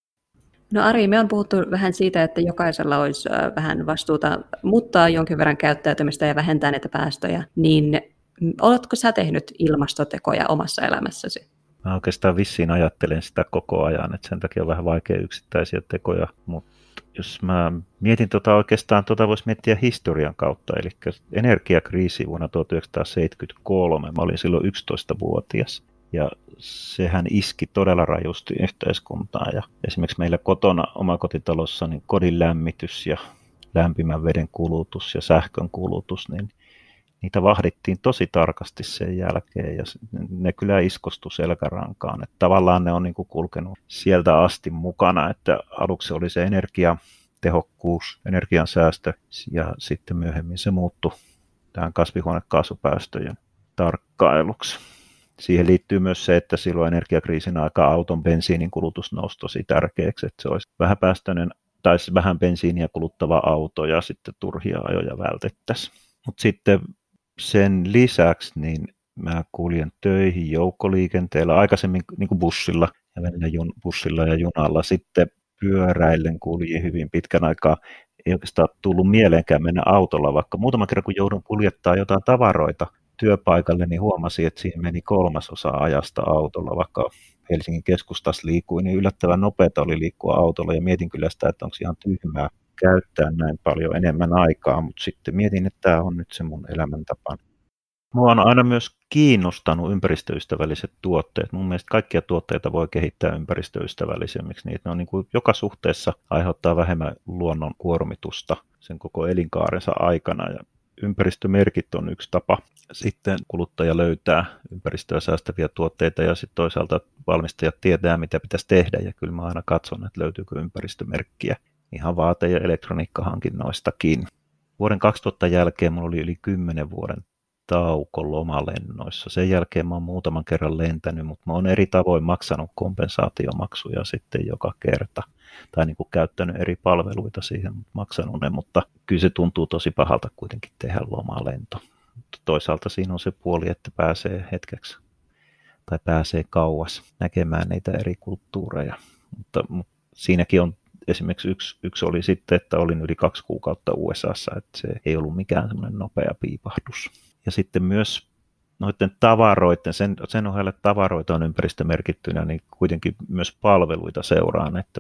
No Ari, me on puhuttu vähän siitä, että jokaisella olisi vähän vastuuta muuttaa jonkin verran käyttäytymistä ja vähentää näitä päästöjä. Niin oletko sä tehnyt ilmastotekoja omassa elämässäsi? Mä oikeastaan vissiin ajattelen sitä koko ajan, että sen takia on vähän vaikea yksittäisiä tekoja, mutta jos mä mietin tota oikeastaan, tota voisi miettiä historian kautta, eli energiakriisi vuonna tuhatyhdeksänsataaseitsemänkymmentäkolme, mä olin silloin yksitoistavuotias, ja sehän iski todella rajusti yhteiskuntaan, ja esimerkiksi meillä kotona omakotitalossa niin kodin lämmitys ja lämpimän veden kulutus ja sähkön kulutus, niin niitä vahdittiin tosi tarkasti sen jälkeen ja ne kyllä iskostui selkärankaan. Että tavallaan ne on niin kuin kulkenut sieltä asti mukana, että aluksi oli se energiatehokkuus, energiansäästö ja sitten myöhemmin se muuttui tähän kasvihuonekaasupäästöjen tarkkailuksi. Siihen liittyy myös se, että silloin energiakriisin aikaa auton bensiinin kulutus nousi tosi tärkeäksi, että se olisi vähäpäästöinen tai vähän bensiiniä kuluttava auto ja sitten turhia ajoja vältettäisiin. Mutta sitten sen lisäksi niin mä kuljen töihin joukkoliikenteellä, aikaisemmin niin kuin bussilla ja välillä jun, bussilla ja junalla. Sitten pyöräillen kuljin hyvin pitkän aikaa. Ei oikeastaan tullut mieleenkään mennä autolla, vaikka muutaman kerran kun joudun kuljettaa jotain tavaroita työpaikalle, niin huomasin, että siihen meni kolmasosa ajasta autolla, vaikka Helsingin keskustassa liikuin, niin yllättävän nopeata oli liikkua autolla ja mietin kyllä sitä, että onko ihan tyhmää käyttää näin paljon enemmän aikaa, mutta sitten mietin, että tämä on nyt se mun elämäntapa. Mua on aina myös kiinnostanut ympäristöystävälliset tuotteet. Mun mielestä kaikkia tuotteita voi kehittää ympäristöystävällisemmiksi. Niitä on niin kuin joka suhteessa aiheuttaa vähemmän luonnon kuormitusta sen koko elinkaarensa aikana. Ja ympäristömerkit on yksi tapa. Sitten kuluttaja löytää ympäristöä säästäviä tuotteita ja sitten toisaalta valmistajat tietää, mitä pitäisi tehdä. Ja kyllä mä aina katson, että löytyykö ympäristömerkkiä ihan vaate- ja elektroniikkahankinnoistakin. Vuoden kaksituhatta jälkeen mulla oli yli kymmenen vuoden tauko lomalennoissa. Sen jälkeen mä oon muutaman kerran lentänyt, mutta mä oon eri tavoin maksanut kompensaatiomaksuja sitten joka kerta. Tai niin kuin käyttänyt eri palveluita siihen, maksanut ne, mutta kyllä se tuntuu tosi pahalta kuitenkin tehdä lomalento. Mutta toisaalta siinä on se puoli, että pääsee hetkeksi tai pääsee kauas näkemään niitä eri kulttuureja. Mutta, mutta siinäkin on esimerkiksi yksi, yksi oli sitten, että olin yli kaksi kuukautta U S A:ssa, että se ei ollut mikään semmoinen nopea piipahdus. Ja sitten myös noiden tavaroiden, sen, sen ohella tavaroita on ympäristömerkittynä, niin kuitenkin myös palveluita seuraan, että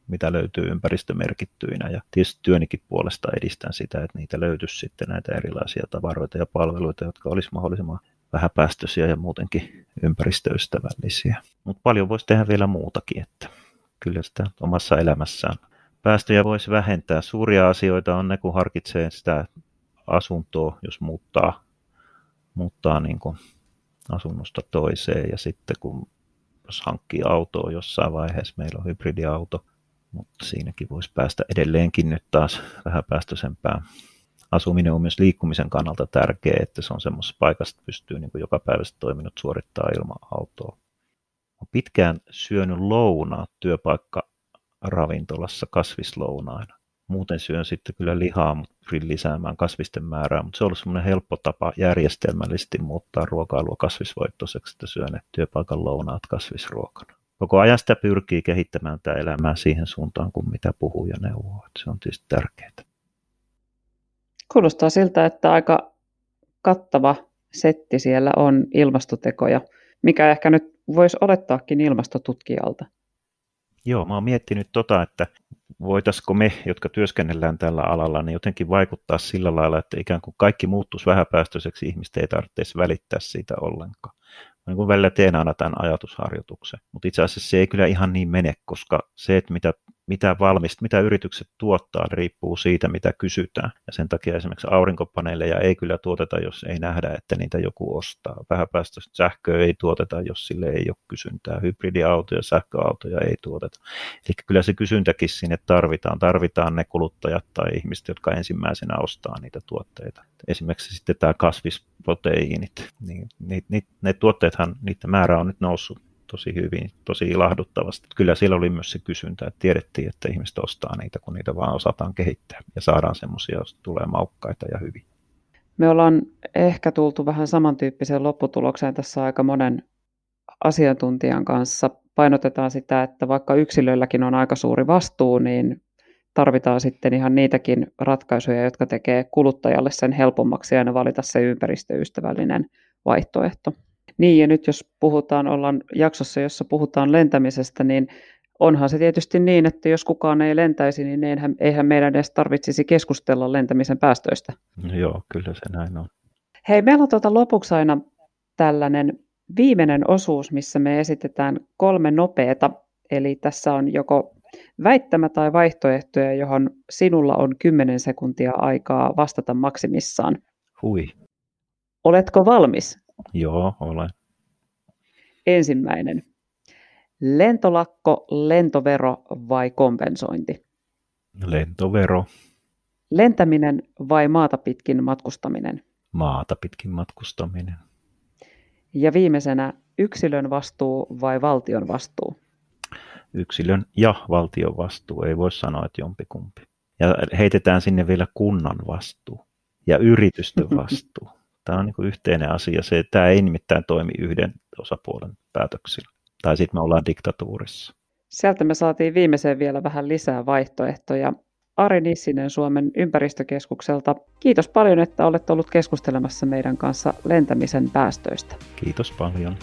mitä löytyy ympäristömerkittyinä. Ja tietysti työnikin puolesta edistän sitä, että niitä löytyisi sitten näitä erilaisia tavaroita ja palveluita, jotka olisi mahdollisimman vähäpäästöisiä ja muutenkin ympäristöystävällisiä. Mutta paljon voisi tehdä vielä muutakin, että kyllä sitä omassa elämässään päästöjä voisi vähentää. Suuria asioita on ne, kun harkitsee sitä asuntoa, jos muuttaa, muuttaa niin kuin asunnosta toiseen ja sitten kun jos hankkii autoa jossain vaiheessa, meillä on hybridiauto, mutta siinäkin voisi päästä edelleenkin nyt taas vähäpäästöisempään. Asuminen on myös liikkumisen kannalta tärkeä, että se on semmoisessa paikassa, että pystyy niin kuin jokapäiväiset toiminnot suorittamaan ilman autoa. Olen pitkään syönyt lounaa työpaikkaravintolassa kasvislounaina. Muuten syön sitten kyllä lihaa, mutta pyrin lisäämään kasvisten määrää, mutta se on ollut semmoinen helppo tapa järjestelmällisesti muuttaa ruokailua kasvisvoittoiseksi, että syön ne työpaikan lounaat kasvisruokana. Koko ajan sitä pyrkii kehittämään tämä elämää siihen suuntaan, kuin mitä puhuu ja neuvoo. Se on tietysti tärkeää. Kuulostaa siltä, että aika kattava setti siellä on ilmastotekoja, mikä ehkä nyt voisi olettaakin ilmastotutkijalta. Joo, mä oon miettinyt tota, että voitaisiko me, jotka työskennellään tällä alalla, niin jotenkin vaikuttaa sillä lailla, että ikään kuin kaikki muuttuisi vähäpäästöiseksi, ihmistä ei tarvitse välittää siitä ollenkaan. Mä niin kuin välillä teen aina tämän ajatusharjoituksen, mutta itse asiassa se ei kyllä ihan niin mene, koska se, että mitä, mitä valmist, mitä yritykset tuottaa, riippuu siitä, mitä kysytään. Ja sen takia esimerkiksi aurinkopaneeleja ei kyllä tuoteta, jos ei nähdä, että niitä joku ostaa. Vähäpäästöistä sähköä ei tuoteta, jos sille ei ole kysyntää. Hybridiautoja, sähköautoja ei tuoteta. Eli kyllä se kysyntäkin sinne tarvitaan. Tarvitaan ne kuluttajat tai ihmiset, jotka ensimmäisenä ostaa niitä tuotteita. Esimerkiksi sitten tämä kasvisproteiinit, niin, niin, niin, ne tuotteethan, niiden määrä on nyt noussut tosi hyvin, tosi ilahduttavasti. Kyllä siellä oli myös se kysyntä, että tiedettiin, että ihmiset ostaa niitä, kun niitä vaan osataan kehittää ja saadaan semmoisia, jos tulee maukkaita ja hyviä. Me ollaan ehkä tultu vähän samantyyppiseen lopputulokseen tässä aika monen asiantuntijan kanssa. Painotetaan sitä, että vaikka yksilöilläkin on aika suuri vastuu, niin tarvitaan sitten ihan niitäkin ratkaisuja, jotka tekee kuluttajalle sen helpommaksi aina valita se ympäristöystävällinen vaihtoehto. Niin, ja nyt jos puhutaan, ollaan jaksossa, jossa puhutaan lentämisestä, niin onhan se tietysti niin, että jos kukaan ei lentäisi, niin eihän, eihän meidän edes tarvitsisi keskustella lentämisen päästöistä. No joo, kyllä se näin on. Hei, meillä on tuota lopuksi aina tällainen viimeinen osuus, missä me esitetään kolme nopeata, eli tässä on joko väittämä tai vaihtoehtoja, johon sinulla on kymmenen sekuntia aikaa vastata maksimissaan. Hui. Oletko valmis? Joo, olen. Ensimmäinen. Lentolakko, lentovero vai kompensointi? Lentovero. Lentäminen vai maata pitkin matkustaminen? Maata pitkin matkustaminen. Ja viimeisenä, yksilön vastuu vai valtion vastuu? Yksilön ja valtion vastuu, ei voi sanoa, että jompikumpi. Ja heitetään sinne vielä kunnan vastuu ja yritysten vastuu. Tämä on niin kuin yhteinen asia. Se, tämä ei nimittäin toimi yhden osapuolen päätöksillä. Tai sitten me ollaan diktatuurissa. Sieltä me saatiin viimeiseen vielä vähän lisää vaihtoehtoja. Ari Nissinen Suomen ympäristökeskukselta. Kiitos paljon, että olet ollut keskustelemassa meidän kanssa lentämisen päästöistä. Kiitos paljon.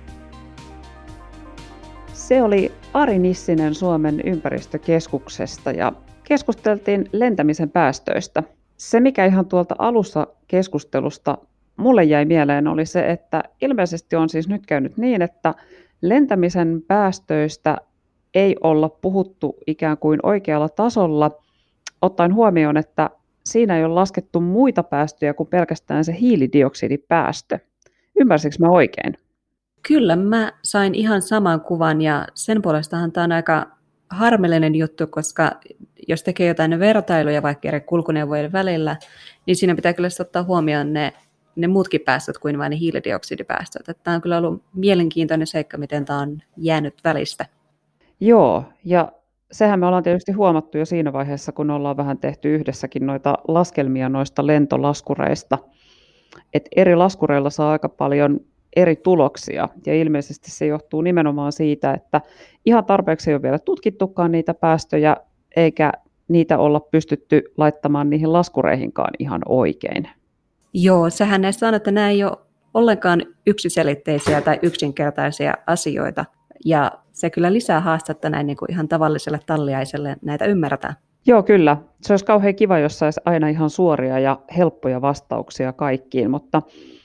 Se oli Ari Nissinen Suomen ympäristökeskuksesta ja keskusteltiin lentämisen päästöistä. Se, mikä ihan tuolta alussa keskustelusta mulle jäi mieleen, oli se, että ilmeisesti on siis nyt käynyt niin, että lentämisen päästöistä ei olla puhuttu ikään kuin oikealla tasolla, ottaen huomioon, että siinä ei ole laskettu muita päästöjä kuin pelkästään se hiilidioksidipäästö. Ymmärsikö mä oikein? Kyllä, mä sain ihan saman kuvan ja sen puolestahan tämä on aika harmillinen juttu, koska jos tekee jotain vertailuja vaikka eri kulkuneuvojen välillä, niin siinä pitää kyllä ottaa huomioon ne, ne muutkin päästöt kuin vain ne hiilidioksidipäästöt. Että tämä on kyllä ollut mielenkiintoinen seikka, miten tämä on jäänyt välistä. Joo, ja sehän me ollaan tietysti huomattu jo siinä vaiheessa, kun ollaan vähän tehty yhdessäkin noita laskelmia noista lentolaskureista, että eri laskureilla saa aika paljon eri tuloksia, ja ilmeisesti se johtuu nimenomaan siitä, että ihan tarpeeksi ei ole vielä tutkittukaan niitä päästöjä, eikä niitä olla pystytty laittamaan niihin laskureihinkaan ihan oikein. Joo, sehän näistä on, että nämä ei ole ollenkaan yksiselitteisiä tai yksinkertaisia asioita. Ja se kyllä lisää haastetta näin niin kuin ihan tavalliselle talliaiselle näitä ymmärtää. Joo, kyllä. Se olisi kauhean kiva, jos saisi aina ihan suoria ja helppoja vastauksia kaikkiin, mutta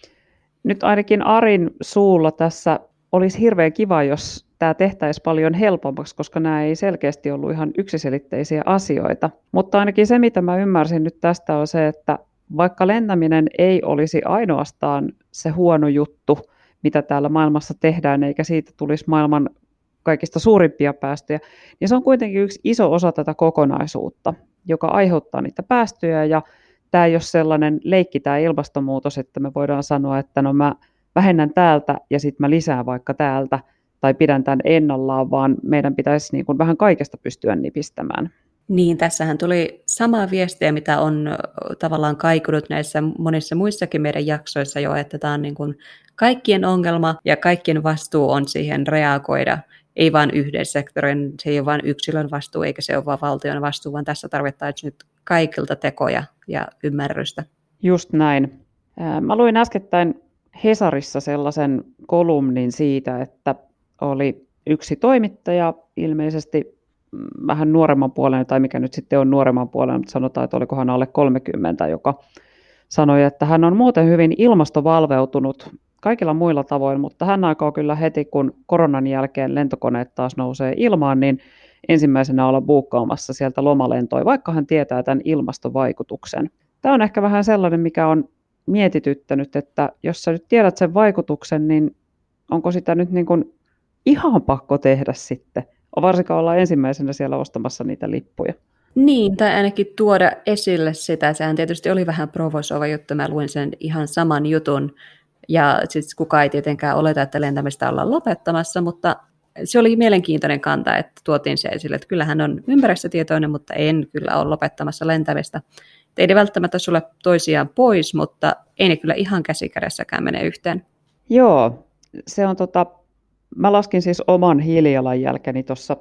nyt ainakin Arin suulla tässä olisi hirveän kiva, jos tämä tehtäisiin paljon helpommaksi, koska nämä ei selkeästi ollut ihan yksiselitteisiä asioita. Mutta ainakin se, mitä mä ymmärsin nyt tästä, on se, että vaikka lentäminen ei olisi ainoastaan se huono juttu, mitä täällä maailmassa tehdään, eikä siitä tulisi maailman kaikista suurimpia päästöjä, niin se on kuitenkin yksi iso osa tätä kokonaisuutta, joka aiheuttaa niitä päästöjä, ja tämä ei ole sellainen leikki, tämä ilmastonmuutos, että me voidaan sanoa, että no mä vähennän täältä ja sitten mä lisään vaikka täältä, tai pidän tämän ennallaan, vaan meidän pitäisi niin kuin vähän kaikesta pystyä nipistämään. Niin, tässähän tuli samaa viestiä, mitä on tavallaan kaikunut näissä monissa muissakin meidän jaksoissa jo, että tämä on niin kuin kaikkien ongelma ja kaikkien vastuu on siihen reagoida. Ei vain yhden sektorin, se ei ole vain yksilön vastuu eikä se ole vain valtion vastuu, vaan tässä tarvittaisiin nyt kaikilta tekoja ja ymmärrystä. Just näin. Mä luin äskettäin Hesarissa sellaisen kolumnin siitä, että oli yksi toimittaja, ilmeisesti vähän nuoremman puolen, tai mikä nyt sitten on nuoremman puolen, mutta sanotaan, että olikohan alle kolmekymmentä, joka sanoi, että hän on muuten hyvin ilmastovalveutunut kaikilla muilla tavoin, mutta hän aikoo kyllä heti, kun koronan jälkeen lentokoneet taas nousee ilmaan, niin ensimmäisenä olla buukkaamassa sieltä lomalentoja, vaikka hän tietää tämän ilmastovaikutuksen. Tämä on ehkä vähän sellainen, mikä on mietityttänyt, että jos sä nyt tiedät sen vaikutuksen, niin onko sitä nyt niin kuin ihan pakko tehdä sitten, varsinkaan olla ensimmäisenä siellä ostamassa niitä lippuja. Niin, tai ainakin tuoda esille sitä. Sehän tietysti oli vähän provosoiva juttu, mä luin sen ihan saman jutun, ja siis kukaan ei tietenkään oleta, että lentämistä ollaan lopettamassa, mutta se oli mielenkiintoinen kanta, että tuotiin se esille, että kyllähän on ympäristötietoinen, mutta en kyllä ole lopettamassa lentämistä. Ei ne välttämättä sulle toisiaan pois, mutta ei ne kyllä ihan käsikädessäkään mene yhteen. Joo, se on tota, mä laskin siis oman hiilijalanjälkeni tuossa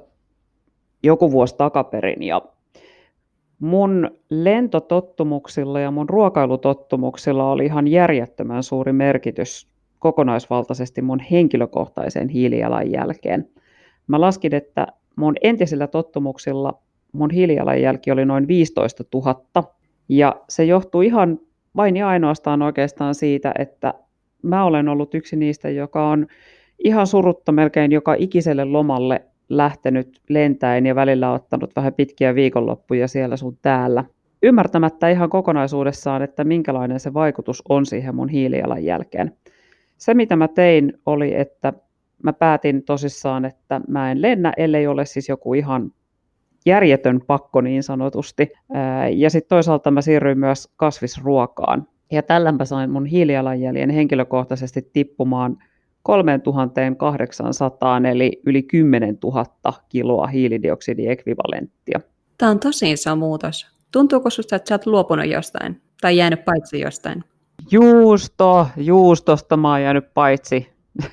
joku vuosi takaperin, ja mun lentotottumuksilla ja mun ruokailutottumuksilla oli ihan järjettömän suuri merkitys kokonaisvaltaisesti mun henkilökohtaiseen hiilijalanjälkeen. Mä laskin, että mun entisillä tottumuksilla mun hiilijalanjälki oli noin viisitoista tuhatta, ja se johtuu ihan vain ja ainoastaan oikeastaan siitä, että mä olen ollut yksi niistä, joka on ihan surutta melkein joka ikiselle lomalle lähtenyt lentäen ja välillä ottanut vähän pitkiä viikonloppuja siellä sun täällä, ymmärtämättä ihan kokonaisuudessaan, että minkälainen se vaikutus on siihen mun hiilijalanjälkeen. Se, mitä mä tein, oli, että mä päätin tosissaan, että mä en lennä, ellei ole siis joku ihan järjetön pakko niin sanotusti. Ja sitten toisaalta mä siirryin myös kasvisruokaan. Ja tällä mä sain mun hiilijalanjäljen henkilökohtaisesti tippumaan kolmetuhattakahdeksansataa eli yli kymmenentuhatta kiloa hiilidioksidiekvivalenttia. Tämä on tosi iso muutos. Tuntuuko sinusta, että sä oot luopunut jostain tai jäänyt paitsi jostain? Juusto, juustosta mä oon jäänyt paitsi.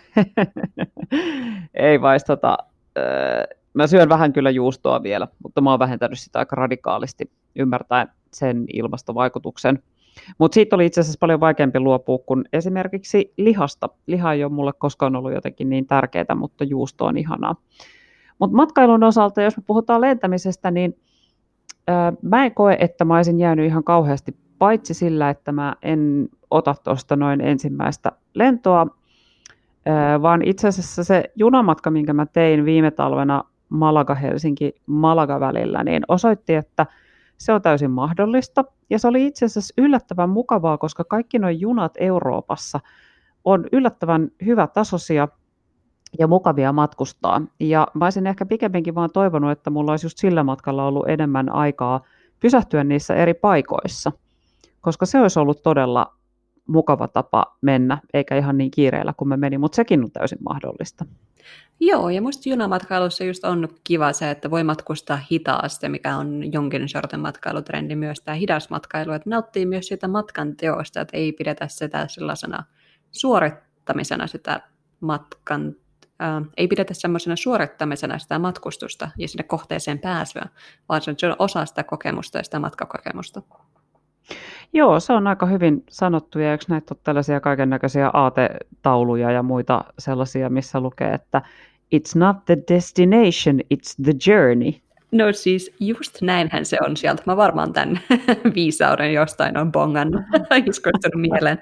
Ei vaistota. Mä syön vähän kyllä juustoa vielä, mutta mä oon vähentänyt sitä aika radikaalisti ymmärtäen sen ilmastovaikutuksen. Mutta siitä oli itse asiassa paljon vaikeampi luopua kuin esimerkiksi lihasta. Liha ei ole mulle koskaan ollut jotenkin niin tärkeää, mutta juusto on ihanaa. Mutta matkailun osalta, jos me puhutaan lentämisestä, niin ää, mä en koe, että mä olisin jäänyt ihan kauheasti paitsi sillä, että mä en ota tuosta noin ensimmäistä lentoa, ää, vaan itse asiassa se junamatka, minkä mä tein viime talvena Malaga-Helsinki-Malaga välillä, niin osoitti, että se on täysin mahdollista, ja se oli itse asiassa yllättävän mukavaa, koska kaikki nuo junat Euroopassa on yllättävän hyvätasoisia ja mukavia matkustaa. Ja mä olisin ehkä pikemminkin vaan toivonut, että mulla olisi just sillä matkalla ollut enemmän aikaa pysähtyä niissä eri paikoissa, koska se olisi ollut todella mukava tapa mennä, eikä ihan niin kiireellä kuin me meni, mutta sekin on täysin mahdollista. Joo, ja musta junamatkailussa just on kiva se, että voi matkustaa hitaasti, mikä on jonkin sortin matkailutrendi myös tämä hidas matkailu, että nauttii myös sitä matkan teosta, että ei pidetä sitä sellaisena suorittamisena sitä matkan, ää, ei pidetä semmoisena suorittamisena sitä matkustusta ja sinne kohteeseen pääsyä, vaan se on osa sitä kokemusta ja sitä matkakokemusta. Joo, se on aika hyvin sanottu, ja eikö näitä ole tällaisia kaikennäköisiä aatetauluja ja muita sellaisia, missä lukee, että It's not the destination, it's the journey. No siis just näinhän se on sieltä. Mä varmaan tämän viisauden jostain on bongannut, iskostunut mieleen.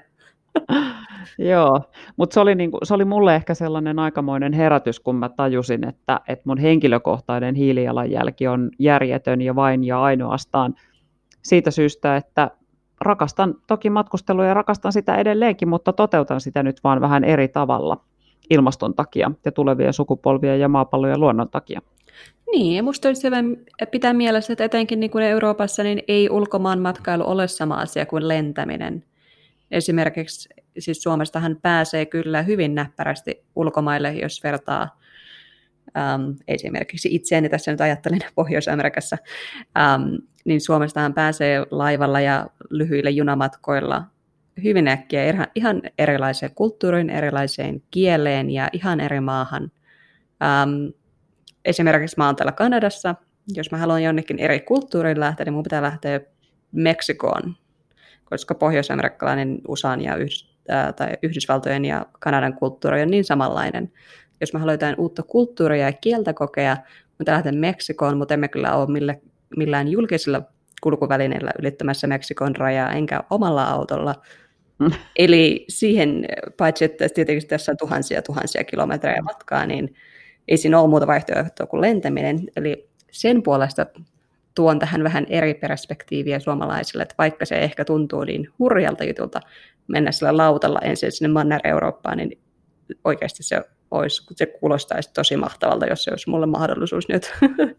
Joo, mutta se, niinku, se oli mulle ehkä sellainen aikamoinen herätys, kun mä tajusin, että, että mun henkilökohtainen hiilijalanjälki on järjetön ja vain ja ainoastaan siitä syystä, että rakastan toki matkustelua ja rakastan sitä edelleenkin, mutta toteutan sitä nyt vaan vähän eri tavalla ilmaston takia ja tulevien sukupolvien ja maapallon ja luonnon takia. Niin, ja musta olisi hyvä pitää mielessä, että etenkin niin kuin Euroopassa niin ei ulkomaan matkailu ole sama asia kuin lentäminen. Esimerkiksi siis Suomestahan pääsee kyllä hyvin näppärästi ulkomaille, jos vertaa äm, esimerkiksi itseäni, tässä nyt ajattelin Pohjois-Amerikassa, äm, niin Suomestahan pääsee laivalla ja lyhyillä junamatkoilla hyvin äkkiä ihan erilaiseen kulttuuriin, erilaiseen kieleen ja ihan eri maahan. Äm, esimerkiksi mä oon täällä Kanadassa, jos mä haluan jonnekin eri kulttuuriin lähteä, niin mun pitää lähteä Meksikoon, koska pohjois-amerikkalainen U S A:n ja Yhdys- äh, tai Yhdysvaltojen ja Kanadan kulttuuri on niin samanlainen. Jos mä haluan jotain uutta kulttuuria ja kieltä kokea, mutta lähden Meksikoon, mutta emme kyllä ole millä, millään julkisilla kulkuvälineillä ylittämässä Meksikon rajaa, enkä omalla autolla. Mm. Eli siihen, paitsi että tietenkin tässä on tuhansia tuhansia kilometrejä matkaa, niin ei siinä ole muuta vaihtoehtoa kuin lentäminen. Eli sen puolesta tuon tähän vähän eri perspektiiviä suomalaisille, että vaikka se ehkä tuntuu niin hurjalta jutulta mennä sillä lautalla ensin sinne Manner-Eurooppaan, niin oikeasti se, olisi, se kuulostaisi tosi mahtavalta, jos se olisi mulle mahdollisuus nyt.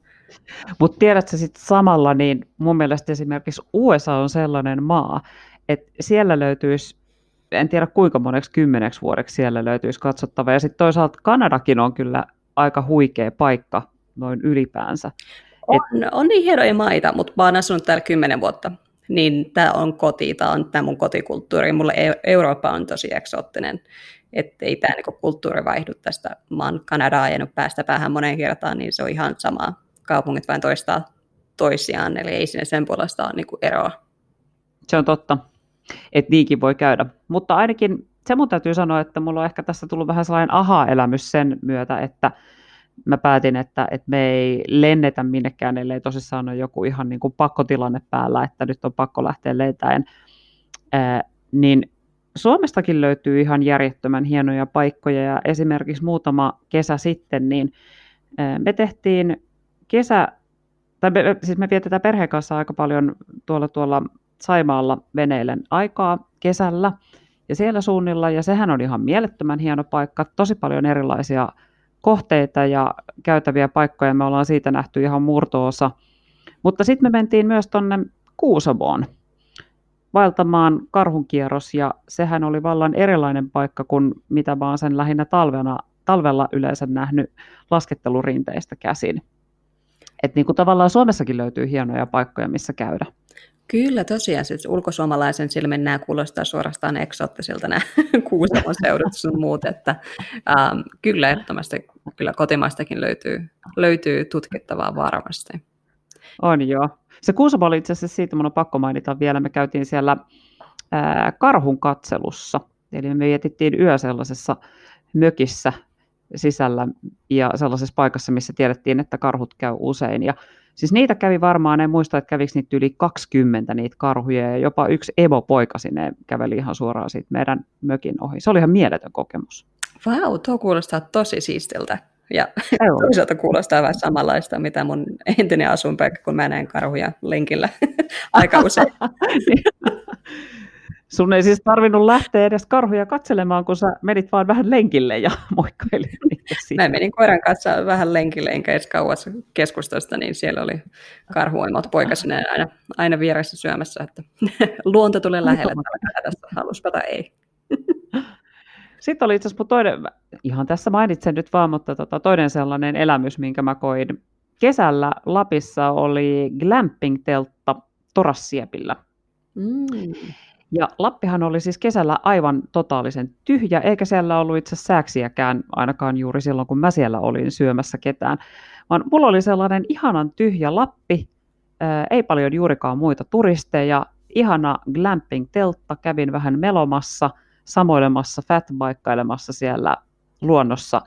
Mutta tiedätkö sitten samalla, niin mun mielestä esimerkiksi U S A on sellainen maa, että siellä löytyisi, en tiedä kuinka moneksi kymmeneksi vuodeksi siellä löytyisi katsottava, ja sitten toisaalta Kanadakin on kyllä aika huikea paikka noin ylipäänsä. On, on niin hienoja maita, mutta mä oon asunut täällä kymmenen vuotta, niin tämä on koti, tämä on tämä mun kotikulttuuri. Mulle Eurooppa on tosi eksoottinen, ettei tämä niinku kulttuuri vaihdu tästä. Mä oon Kanadaan ajanut päästä päähän moneen kertaan, niin se on ihan sama. Kaupungit vain toistaa toisiaan, eli ei sinne sen puolesta ole niinku eroa. Se on totta, että niinkin voi käydä, mutta ainakin se mun täytyy sanoa, että mulla on ehkä tässä tullut vähän sellainen aha-elämys sen myötä, että mä päätin, että, että me ei lennetä minnekään, ellei tosissaan ole joku ihan niin kuin pakkotilanne päällä, että nyt on pakko lähteä lentäen. Ää, niin Suomestakin löytyy ihan järjettömän hienoja paikkoja, ja esimerkiksi muutama kesä sitten, niin ää, me tehtiin kesä, tai me, siis me vietetään perheen kanssa aika paljon tuolla, tuolla Saimaalla veneillen aikaa kesällä, ja siellä suunnilla, ja sehän on ihan mielettömän hieno paikka, tosi paljon erilaisia kohteita ja käytäviä paikkoja, me ollaan siitä nähty ihan murto-osa. Mutta sitten me mentiin myös tuonne Kuusamoon vaeltamaan karhunkierros, ja sehän oli vallan erilainen paikka kuin mitä mä oon sen lähinnä talvena, talvella yleensä nähnyt laskettelurinteistä käsin. Että niin kuin tavallaan Suomessakin löytyy hienoja paikkoja, missä käydä. Kyllä tosiaan, siis ulkosuomalaisen silmin nämä kuulostaa suorastaan eksoottisilta nämä Kuusamon seudut sun muut, että ähm, kyllä ehdottomasti kyllä kotimaistakin löytyy, löytyy tutkittavaa varmasti. On joo. Se Kuusamo oli itse asiassa, siitä mun on pakko mainita vielä, me käytiin siellä ää, karhun katselussa, eli me vietettiin yö sellaisessa mökissä sisällä ja sellaisessa paikassa, missä tiedettiin, että karhut käy usein, ja siis niitä kävi varmaan, en muista, että kävikö niitä yli kaksikymmentä niitä karhuja, ja jopa yksi emo-poika sinne käveli ihan suoraan siitä meidän mökin ohi. Se oli ihan mieletön kokemus. Vau, wow, tuo kuulostaa tosi siistiltä. Ja toisaalta kuulostaa vähän samanlaista, mitä mun entinen asuinpaikka, kun mä näen karhuja lenkillä aika usein. Sun ei siis tarvinnut lähteä edes karhuja katselemaan, kun sä menit vaan vähän lenkille ja moikkailit niitä siitä. Mä menin koiran kanssa vähän lenkille, enkä edes kauas keskustasta, niin siellä oli karhuoimat poikasina aina, aina vieressä syömässä, että luonto tulee lähelle tästä, haluspa tai ei. Sitten oli itse asiassa toinen, ihan tässä mainitsen nyt vaan, mutta tota, toinen sellainen elämys, minkä mä koin. Kesällä Lapissa oli glamping-teltta Torassiepillä. Mm. Ja Lappihan oli siis kesällä aivan totaalisen tyhjä, eikä siellä ollut itse asiassa sääksiäkään ainakaan juuri silloin, kun mä siellä olin syömässä ketään. Vaan mulla oli sellainen ihanan tyhjä Lappi, ää, ei paljon juurikaan muita turisteja, ihana glamping-teltta, kävin vähän melomassa, samoilemassa, fatbaikkailemassa siellä luonnossa.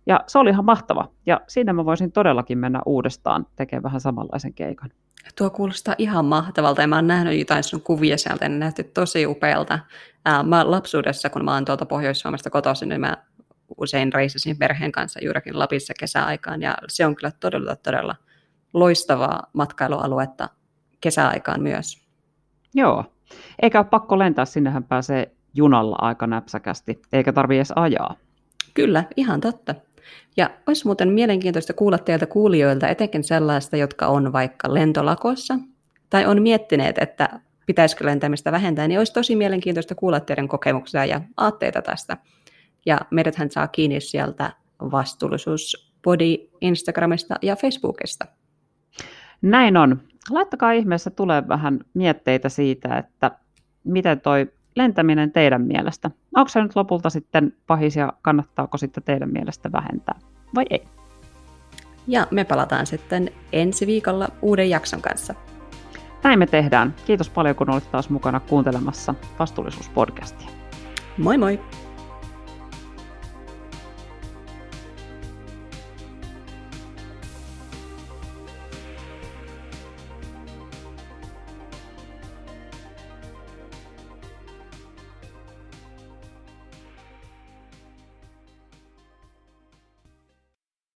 Ja se oli ihan mahtava. Ja siinä mä voisin todellakin mennä uudestaan tekemään vähän samanlaisen keikan. Tuo kuulostaa ihan mahtavalta ja mä oon nähnyt jotain sun kuvia sieltä ja ne näytti tosi upealta. Ää, mä lapsuudessa, kun mä oon tuolta Pohjois-Suomesta kotoisin, niin mä usein reisasin perheen kanssa juurikin Lapissa kesäaikaan ja se on kyllä todella, todella loistavaa matkailualuetta kesäaikaan myös. Joo, eikä ole pakko lentää, sinnehän pääsee junalla aika näpsäkästi, eikä tarvitse edes ajaa. Kyllä, ihan totta. Ja olisi muuten mielenkiintoista kuulla teiltä kuulijoilta, etenkin sellaista, jotka on vaikka lentolakossa, tai on miettineet, että pitäisikö lentämistä vähentää, niin olisi tosi mielenkiintoista kuulla teidän kokemuksia ja aatteita tästä. Ja meidäthän saa kiinni sieltä Vastuullisuuspodi Instagramista ja Facebookista. Näin on. Laittakaa ihmeessä tulee vähän mietteitä siitä, että miten toi lentäminen teidän mielestä. Onko se nyt lopulta sitten pahis ja kannattaako sitten teidän mielestä vähentää vai ei? Ja me palataan sitten ensi viikolla uuden jakson kanssa. Näin me tehdään. Kiitos paljon kun olit taas mukana kuuntelemassa Vastuullisuuspodcastia. Moi moi!